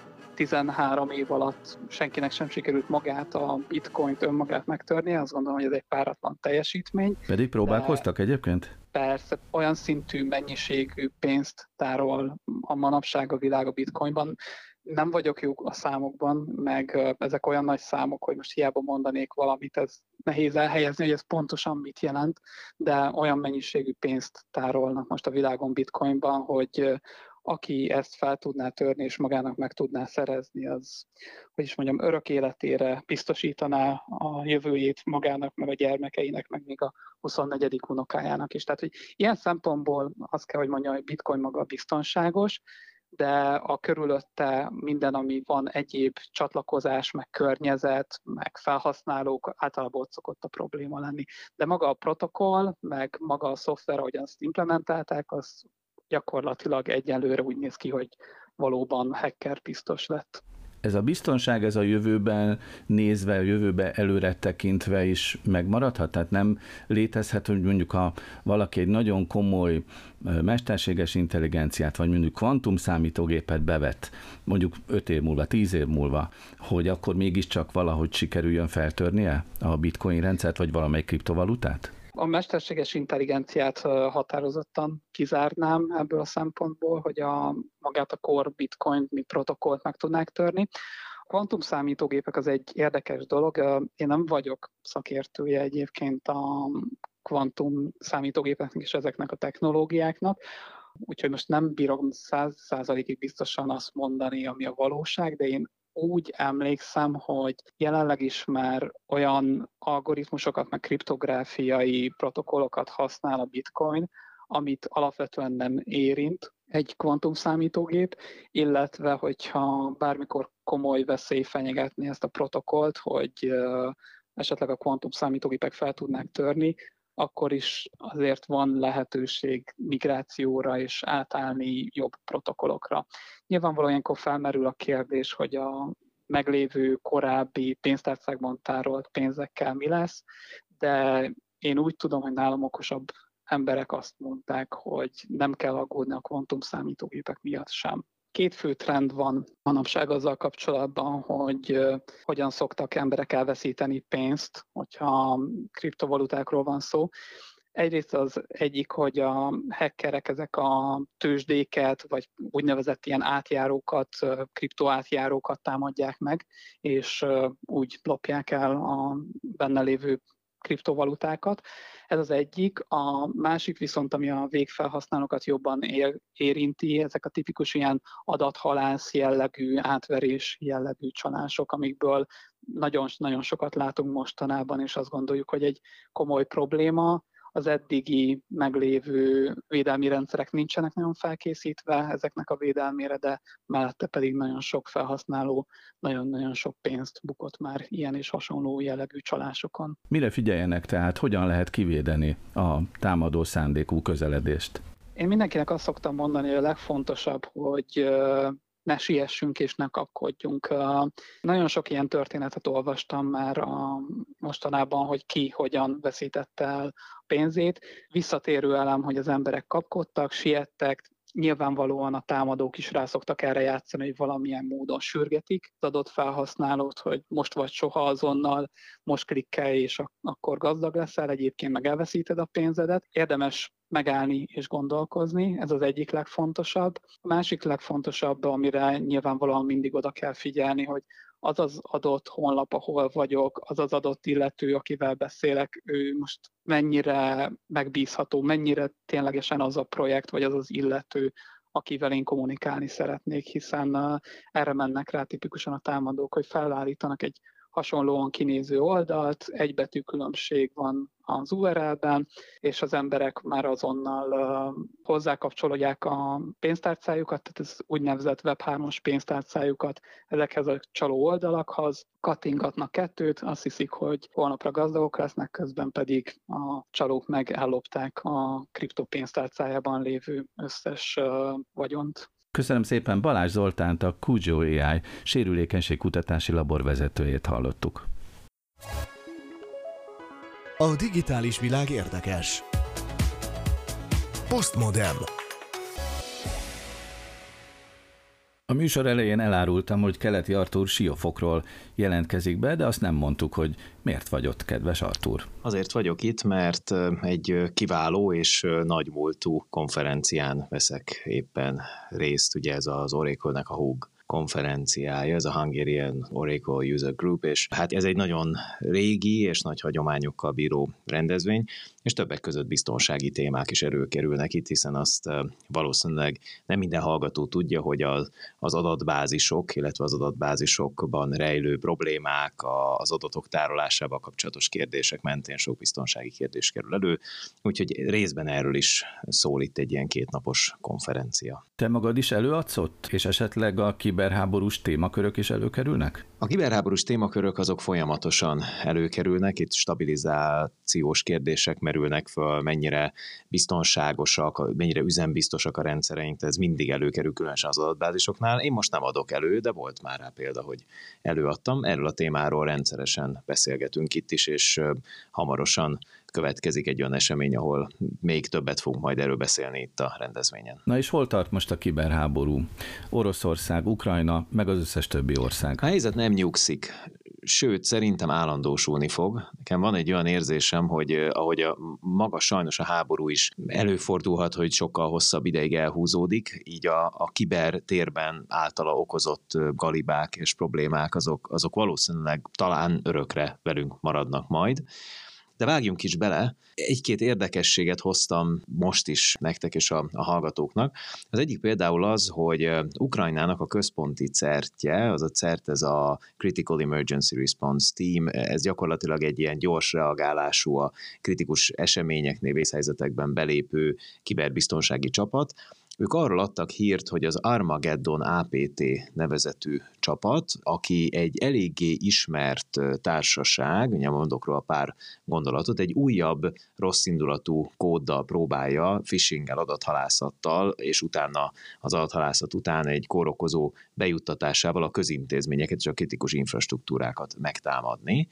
13 év alatt senkinek sem sikerült magát, a bitcoint önmagát megtörni, azt gondolom, hogy ez egy páratlan teljesítmény. Pedig próbálkoztak egyébként? Persze, olyan szintű mennyiségű pénzt tárol a manapság a világ a bitcoinban. Nem vagyok jó a számokban, meg ezek olyan nagy számok, hogy most hiába mondanék valamit, ez nehéz elhelyezni, hogy ez pontosan mit jelent, de olyan mennyiségű pénzt tárolnak most a világon bitcoinban, hogy aki ezt fel tudná törni és magának meg tudná szerezni, az, hogy is mondjam, örök életére biztosítaná a jövőjét magának, meg a gyermekeinek, meg még a 24. unokájának is. Tehát, hogy ilyen szempontból azt kell, hogy mondjam, hogy bitcoin maga biztonságos, de a körülötte minden, ami van, egyéb csatlakozás, meg környezet, meg felhasználók, általában ott szokott a probléma lenni. De maga a protokoll, meg maga a szoftver, ahogyan azt implementálták, az gyakorlatilag egyelőre úgy néz ki, hogy valóban hacker biztos lett. Ez a biztonság, ez a jövőben nézve, a jövőbe előre tekintve is megmaradhat? Tehát nem létezhet, hogy mondjuk ha valaki egy nagyon komoly mesterséges intelligenciát, vagy mondjuk kvantumszámítógépet bevet, mondjuk 5 év múlva, 10 év múlva, hogy akkor mégiscsak valahogy sikerüljön feltörnie a bitcoin rendszert, vagy valamelyik kriptovalutát? A mesterséges intelligenciát határozottan kizárnám ebből a szempontból, hogy magát a core bitcoin, mint protokollt meg tudnák törni. A kvantumszámítógépek az egy érdekes dolog. Én nem vagyok szakértője egyébként a kvantumszámítógépeknek és ezeknek a technológiáknak, úgyhogy most nem bírom 100%-ig biztosan azt mondani, ami a valóság, de én úgy emlékszem, hogy jelenleg is már olyan algoritmusokat, meg kriptográfiai protokollokat használ a bitcoin, amit alapvetően nem érint egy kvantumszámítógép, illetve hogyha bármikor komoly veszély fenyegetni ezt a protokollt, hogy esetleg a kvantumszámítógépek fel tudnák törni, akkor is azért van lehetőség migrációra és átállni jobb protokollokra. Nyilvánvalóan ilyenkor felmerül a kérdés, hogy a meglévő korábbi pénztárcákban tárolt pénzekkel mi lesz, de én úgy tudom, hogy nálam okosabb emberek azt mondták, hogy nem kell aggódni a kvantum számítógépek miatt sem. Két fő trend van manapság azzal kapcsolatban, hogy hogyan szoktak emberek elveszíteni pénzt, hogyha kriptovalutákról van szó. Egyrészt az egyik, hogy a hackerek ezek a tőzsdéket, vagy úgynevezett ilyen átjárókat, kriptoátjárókat támadják meg, és úgy lopják el a benne lévő kriptovalutákat. Ez az egyik. A másik viszont, ami a végfelhasználókat jobban érinti, ezek a tipikus ilyen adathalász jellegű, átverés jellegű csalások, amikből nagyon sokat látunk mostanában, és azt gondoljuk, hogy egy komoly probléma. Az eddigi meglévő védelmi rendszerek nincsenek nagyon felkészítve ezeknek a védelmére, de mellette pedig nagyon sok felhasználó nagyon-nagyon sok pénzt bukott már ilyen és hasonló jellegű csalásokon. Mire figyeljenek tehát, hogyan lehet kivédeni a támadó szándékú közeledést? Én mindenkinek azt szoktam mondani, hogy a legfontosabb, hogy ne siessünk és ne kapkodjunk. Nagyon sok ilyen történetet olvastam már mostanában, hogy ki hogyan veszítette el a pénzét. Visszatérő elem, hogy az emberek kapkodtak, siettek, nyilvánvalóan a támadók is rá szoktak erre játszani, hogy valamilyen módon sürgetik az adott felhasználót, hogy most vagy soha, azonnal, most klikkelj és akkor gazdag leszel, egyébként meg elveszíted a pénzedet. Érdemes megállni és gondolkozni, ez az egyik legfontosabb. A másik legfontosabb, amire nyilvánvalóan mindig oda kell figyelni, hogy az az adott honlap, ahol vagyok, az az adott illető, akivel beszélek, ő most mennyire megbízható, mennyire ténylegesen az a projekt, vagy az az illető, akivel én kommunikálni szeretnék, hiszen erre mennek rá tipikusan a támadók, hogy felállítanak egy hasonlóan kinéző oldalt, egy betű különbség van az URL-ben, és az emberek már azonnal hozzákapcsolják a pénztárcájukat, tehát ez úgynevezett Web3-os pénztárcájukat ezekhez a csaló oldalakhoz, kattingatnak kettőt, azt hiszik, hogy holnapra gazdagok lesznek, közben pedig a csalók meg ellopták a kriptopénztárcájában lévő összes vagyont. Köszönöm szépen, Balázs Zoltánt, a Kujo AI sérülékenységkutatási labor vezetőjét hallottuk. A digitális világ érdekes. Postmodern. A műsor elején elárultam, hogy Keleti Artúr Siófokról jelentkezik be, de azt nem mondtuk, hogy miért vagy ott, kedves Artúr. Azért vagyok itt, mert egy kiváló és nagymúltú konferencián veszek éppen részt, ugye ez az Oracle-nek a HUG konferenciája, ez a Hungarian Oracle User Group, és hát ez egy nagyon régi és nagy hagyományokkal bíró rendezvény, és többek között biztonsági témák is előkerülnek itt, hiszen azt valószínűleg nem minden hallgató tudja, hogy az adatbázisok, illetve az adatbázisokban rejlő problémák, az adatok tárolásával kapcsolatos kérdések mentén sok biztonsági kérdés kerül elő, úgyhogy részben erről is szól itt egy ilyen 2 napos konferencia. Te magad is előadsz ott, és esetleg a kiberháborús témakörök is előkerülnek? A kiberháborús témakörök azok folyamatosan előkerülnek, itt stabilizációs kérdések merülnek föl, mennyire biztonságosak, mennyire üzembiztosak a rendszereink, ez mindig előkerül, különösen az adatbázisoknál. Én most nem adok elő, de volt már rá példa, hogy előadtam. Erről a témáról rendszeresen beszélgetünk itt is, és hamarosan következik egy olyan esemény, ahol még többet fogunk majd erről beszélni itt a rendezvényen. Na és hol tart most a kiberháború? Oroszország, Ukrajna, meg az összes többi ország. A helyzet nem nyugszik, sőt, szerintem állandósulni fog. Nekem van egy olyan érzésem, hogy ahogy maga sajnos a háború is előfordulhat, hogy sokkal hosszabb ideig elhúzódik, így a kibertérben általa okozott galibák és problémák, azok valószínűleg talán örökre velünk maradnak majd. De vágjunk is bele, 1-2 érdekességet hoztam most is nektek és a hallgatóknak. Az egyik például az, hogy Ukrajnának a központi CERT-je, az a CERT, ez a Critical Emergency Response Team, ez gyakorlatilag egy ilyen gyors reagálású, a kritikus eseményeknél, vészhelyzetekben belépő kiberbiztonsági csapat. Ők arról adtak hírt, hogy az Armageddon APT nevezetű csapat, aki egy eléggé ismert társaság, ugye mondok róla pár gondolatot, egy újabb rosszindulatú kóddal próbálja phishinggel, adathalászattal, és utána az adathalászat után egy kórokozó bejuttatásával a közintézményeket és a kritikus infrastruktúrákat megtámadni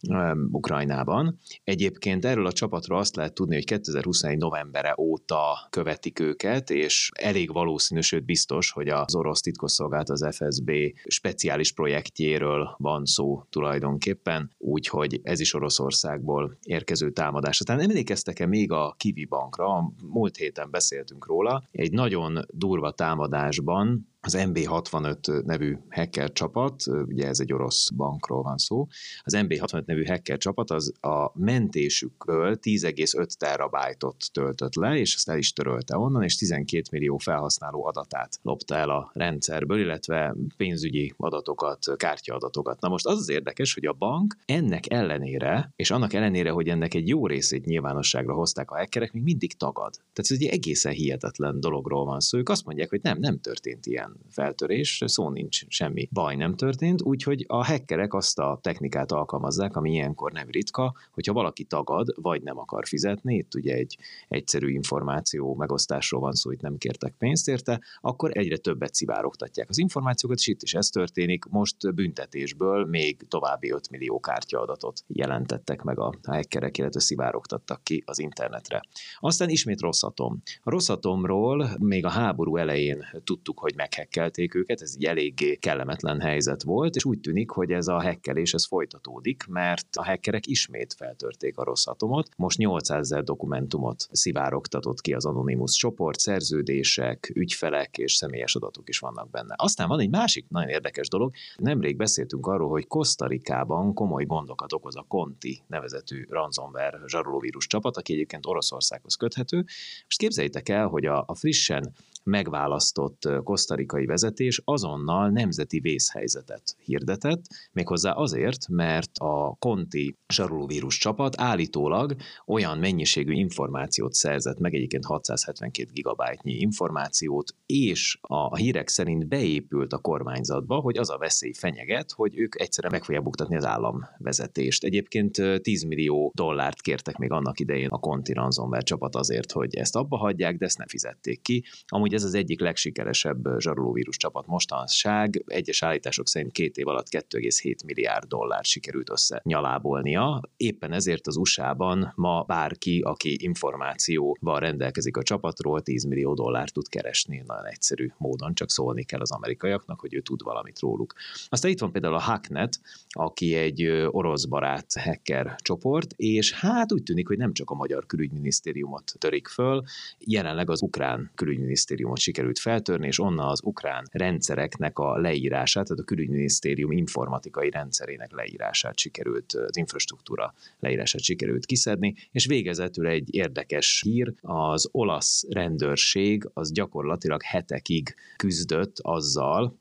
Ukrajnában. Egyébként erről a csapatról azt lehet tudni, hogy 2021 novembere óta követik őket, és elég valószínű, sőt biztos, hogy az orosz titkosszolgálat, az FSB speciális projektjéről van szó tulajdonképpen, úgyhogy ez is Oroszországból érkező támadás. Aztán emlékeztek-e még a Kiwi Bankra? Múlt héten beszéltünk róla. Egy nagyon durva támadásban az MB65 nevű hacker csapat, ugye ez egy orosz bankról van szó, az MB65 nevű hacker csapat az a mentésükből 10,5 terabájtot töltött le, és ezt el is törölte onnan, és 12 millió felhasználó adatát lopta el a rendszerből, illetve pénzügyi adatokat, kártyaadatokat. Na most az érdekes, hogy a bank ennek ellenére, és annak ellenére, hogy ennek egy jó részét nyilvánosságra hozták a hackerek, még mindig tagad. Tehát ez egy egészen hihetetlen dologról van szó. Ők azt mondják, hogy nem történt ilyen feltörés, szó nincs, semmi baj nem történt, úgyhogy a hackerek azt a technikát alkalmazzák, ami ilyenkor nem ritka, hogyha valaki tagad, vagy nem akar fizetni, itt ugye egy egyszerű információ megosztásról van szó, itt nem kértek pénzt érte, akkor egyre többet szivárogtatják az információkat, és itt is ez történik, most büntetésből még további 5 millió kártyaadatot jelentettek meg a hackerek, illetve szivárogtattak ki az internetre. Aztán ismét Rosatom. A Rosatomról még a háború elején tudtuk, hogy meghekkelték őket, ez egy eléggé kellemetlen helyzet volt, és úgy tűnik, hogy ez a hekkelés ez folytatódik, mert a hackerek ismét feltörték a Rosatomot, most 800 000 dokumentumot szivárogtatott ki az Anonymous csoport, szerződések, ügyfelek és személyes adatok is vannak benne. Aztán van egy másik nagyon érdekes dolog, nemrég beszéltünk arról, hogy Costa Ricában komoly gondokat okoz a Conti nevezetű ransomware zsarolóvírus csapat, aki egyébként Oroszországhoz köthető. Most képzeljétek el, hogy a frissen megválasztott kosztarikai vezetés azonnal nemzeti vészhelyzetet hirdetett, méghozzá azért, mert a Conti zsarolóvírus csapat állítólag olyan mennyiségű információt szerzett meg, egyébként 672 gigabájtnyi információt, és a hírek szerint beépült a kormányzatba, hogy az a veszély fenyeget, hogy ők egyszerűen meg fogják buktatni az államvezetést. Egyébként 10 millió dollárt kértek még annak idején a Conti ransomware csapat azért, hogy ezt abba hagyják, de ezt nem fizették ki. Amúgy ez az egyik legsikeresebb zsarolóvírus csapat mostanság. Egyes állítások szerint 2 év alatt 2,7 milliárd dollárt sikerült összenyalábolnia. Éppen ezért az USA-ban ma bárki, aki információval rendelkezik a csapatról, 10 millió dollárt tud keresni nagyon egyszerű módon, csak szólni kell az amerikaiaknak, hogy ő tud valamit róluk. Aztán itt van például a Hacknet, aki egy orosz barát hacker csoport, és hát úgy tűnik, hogy nem csak a magyar külügyminisztériumot törik föl, jelenleg az ukrán külügyminisztériumot sikerült feltörni, és onnan az ukrán rendszereknek a leírását, tehát a külügyminisztérium informatikai rendszerének leírását sikerült, az infrastruktúra leírását sikerült kiszedni, és végezetül egy érdekes hír, az olasz rendőrség az gyakorlatilag hetekig küzdött azzal,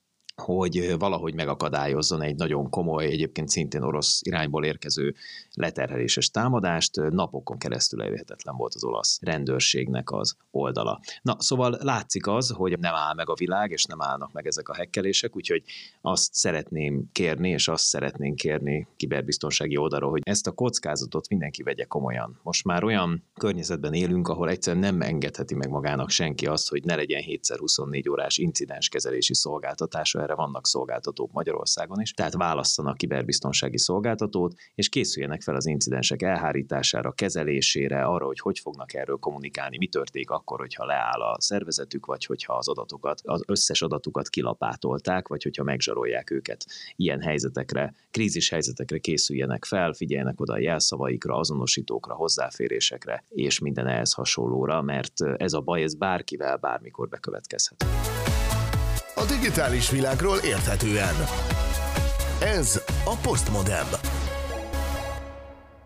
hogy valahogy megakadályozzon egy nagyon komoly, egyébként szintén orosz irányból érkező leterheléses támadást, napokon keresztül elérhetetlen volt az olasz rendőrségnek az oldala. Na, szóval látszik az, hogy nem áll meg a világ, és nem állnak meg ezek a hekkelések, úgyhogy azt szeretném kérni, és azt szeretnénk kérni kiberbiztonsági oldalról, hogy ezt a kockázatot mindenki vegye komolyan. Most már olyan környezetben élünk, ahol egyszerűen nem engedheti meg magának senki azt, hogy ne legyen 7x24 órás incidenskezelési szolgáltatása. Erre vannak szolgáltatók Magyarországon is, tehát válasszanak kiberbiztonsági szolgáltatót, és készüljenek fel az incidensek elhárítására, kezelésére, arra, hogy fognak erről kommunikálni, mi történik akkor, hogyha leáll a szervezetük, vagy hogyha az adatokat, az összes adatukat kilapátolták, vagy hogyha megzsarolják őket ilyen helyzetekre, krízis helyzetekre készüljenek fel, figyeljenek oda a jelszavaikra, azonosítókra, hozzáférésekre, és minden ehhez hasonlóra, mert ez a baj, ez bárkivel, bármikor bekövetkezhet. A digitális világról érthetően. Ez a Postmodem.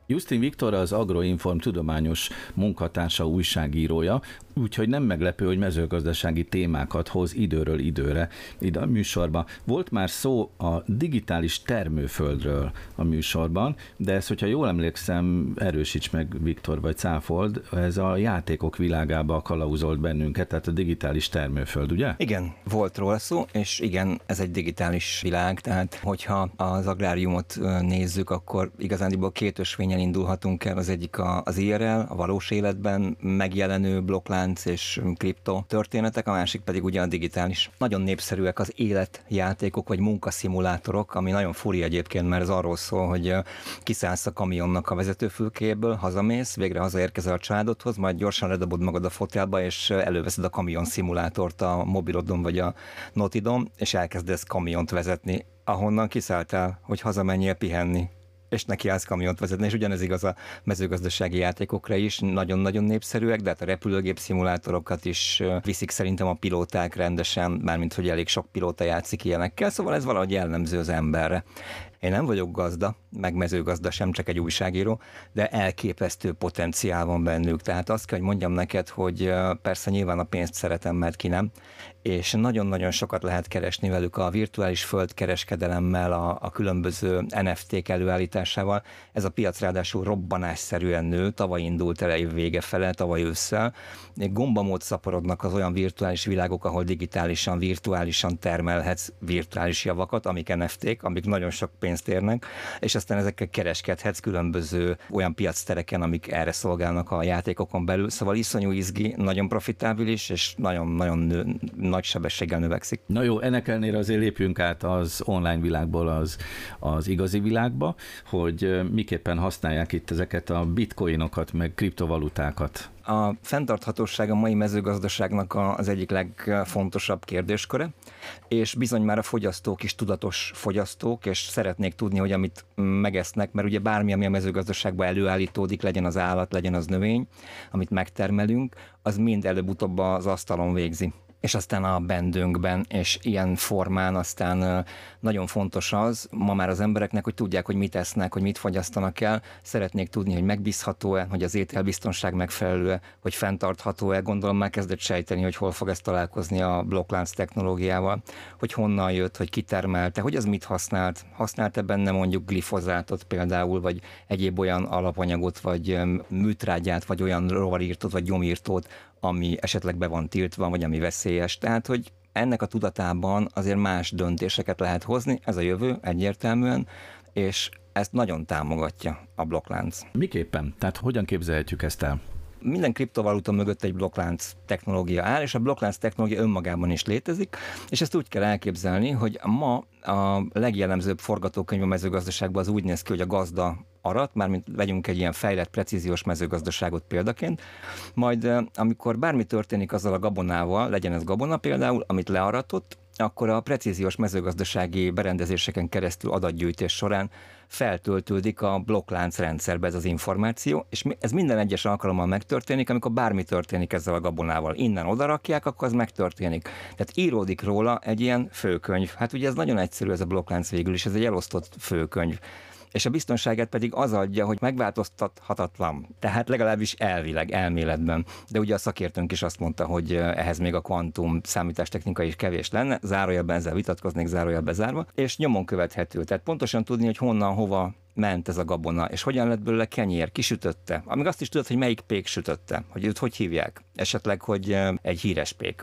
Justin Viktor az Agroinform tudományos munkatársa, újságírója, úgyhogy nem meglepő, hogy mezőgazdasági témákat hoz időről időre ide a műsorba. Volt már szó a digitális termőföldről a műsorban, de ezt, hogyha jól emlékszem, erősíts meg, Viktor, vagy cáfold, ez a játékok világába kalauzolt bennünket, tehát a digitális termőföld, ugye? Igen, volt róla szó, és igen, ez egy digitális világ, tehát hogyha az agráriumot nézzük, akkor igazándiból két ösvényen indulhatunk el, az egyik az IRL, a valós életben megjelenő blokklánc és kripto történetek, a másik pedig ugye a digitális. Nagyon népszerűek az életjátékok vagy munkaszimulátorok, ami nagyon furi egyébként, mert ez arról szól, hogy kiszállsz a kamionnak a vezetőfülkéjéből, hazamész, végre hazaérkezel a családodhoz, majd gyorsan ledobod magad a fotelba, és előveszed a kamion szimulátort a mobilodon vagy a notidon, és elkezdesz kamiont vezetni, ahonnan kiszálltál, hogy hazamenjél pihenni, és neki állsz kamiont vezetni, és ugyanez igaz a mezőgazdasági játékokra is, nagyon-nagyon népszerűek, de hát a repülőgép szimulátorokat is viszik szerintem a pilóták rendesen, mármint hogy elég sok pilóta játszik ilyenekkel, szóval ez valahogy jellemző az emberre. Én nem vagyok gazda, meg mezőgazda sem, csak egy újságíró, de elképesztő potenciál van bennük. Tehát azt kell, hogy mondjam neked, hogy persze nyilván a pénzt szeretem, mert ki nem, és nagyon-nagyon sokat lehet keresni velük a virtuális földkereskedelemmel, a különböző NFT-k előállításával. Ez a piac ráadásul robbanásszerűen nő, tavaly indult el év vége fele, tavaly ősszel. Gombamód szaporodnak az olyan virtuális világok, ahol digitálisan, virtuálisan termelhetsz virtuális javakat, amik NFT-k, amik nagyon sok pénzt érnek, és aztán ezekkel kereskedhetsz különböző olyan piactereken, amik erre szolgálnak a játékokon belül. Szóval iszonyú izgi, nagyon profitábilis, és nagyon-nagyon nagy sebességgel növekszik. Na jó, ennek ellenére azért lépjünk át az online világból az igazi világba, hogy miképpen használják itt ezeket a bitcoinokat, meg kriptovalutákat. A fenntarthatóság a mai mezőgazdaságnak az egyik legfontosabb kérdésköre, és bizony már a fogyasztók is tudatos fogyasztók, és szeretnék tudni, hogy amit megesznek, mert ugye bármi, ami a mezőgazdaságban előállítódik, legyen az állat, legyen az növény, amit megtermelünk, az mind előbb-utóbb az asztalon végzi. És aztán a bendünkben, és ilyen formán aztán nagyon fontos az ma már az embereknek, hogy tudják, hogy mit esznek, hogy mit fogyasztanak el, szeretnék tudni, hogy megbízható-e, hogy az ételbiztonság megfelelő-e, hogy fenntartható-e, gondolom már kezdett sejteni, hogy hol fog ez találkozni a blokklánc technológiával, hogy honnan jött, hogy kitermelte, hogy az mit használt-e benne mondjuk glifozátot például, vagy egyéb olyan alapanyagot, vagy műtrágyát, vagy olyan rovarírtót, vagy gyomírtót, ami esetleg be van tiltva, vagy ami veszélyes. Tehát, hogy ennek a tudatában azért más döntéseket lehet hozni, ez a jövő egyértelműen, és ezt nagyon támogatja a blokklánc. Miképpen? Tehát hogyan képzelhetjük ezt el? Minden kriptovaluta mögött egy blokklánc technológia áll, és a blokklánc technológia önmagában is létezik, és ezt úgy kell elképzelni, hogy ma a legjellemzőbb forgatókönyv a mezőgazdaságban az úgy néz ki, hogy a gazda arat, mármint vegyünk egy ilyen fejlett, precíziós mezőgazdaságot példaként, majd amikor bármi történik azzal a gabonával, legyen ez gabona például, amit learatott, akkor a precíziós mezőgazdasági berendezéseken keresztül adatgyűjtés során feltöltődik a blokklánc rendszerbe ez az információ, és ez minden egyes alkalommal megtörténik, amikor bármi történik ezzel a gabonával. Innen odarakják, akkor az megtörténik. Tehát íródik róla egy ilyen főkönyv. Hát ugye ez nagyon egyszerű ez a blokklánc végül is, ez egy elosztott főkönyv. És a biztonságát pedig az adja, hogy megváltoztathatatlan. Tehát legalábbis elvileg, elméletben. De ugye a szakértőnk is azt mondta, hogy ehhez még a kvantum számítástechnika is kevés lenne, zárójelben ezzel vitatkoznék, zárójelbe zárva, és nyomon követhető. Tehát pontosan tudni, hogy honnan, hova ment ez a gabona, és hogyan lett belőle kenyér, ki sütötte. Amíg azt is tudod, hogy melyik pék sütötte, hogy őt hogy hívják. Esetleg, hogy egy híres pék,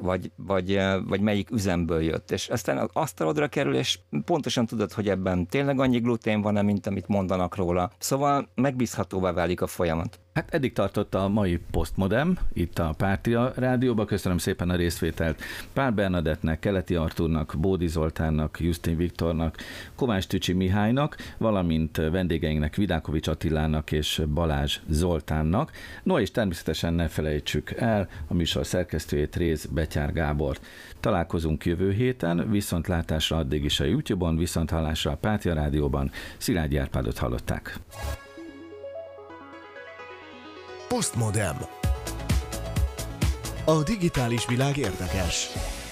vagy melyik üzemből jött. És aztán az asztalodra kerül, és pontosan tudod, hogy ebben tényleg annyi glutén van-e, mint amit mondanak róla. Szóval megbízhatóvá válik a folyamat. Hát eddig tartott a mai Postmodem, itt a Pártia Rádióban. Köszönöm szépen a részvételt Pál Bernadettnek, Keleti Artúrnak, Bódi Zoltánnak, Justin Viktornak, Kovács Tücsi Mihálynak, valamint vendégeinknek Vidákovics Attilának és Balázs Zoltánnak. No, és természetesen ne felejtsük el a műsor szerkesztőjét, Réz Betyár Gábort. Találkozunk jövő héten, viszontlátásra addig is a YouTube-on, viszonthallásra a Pártia Rádióban. Szilágyi Árpádot hallották. Postmodem. A digitális világ érdekes.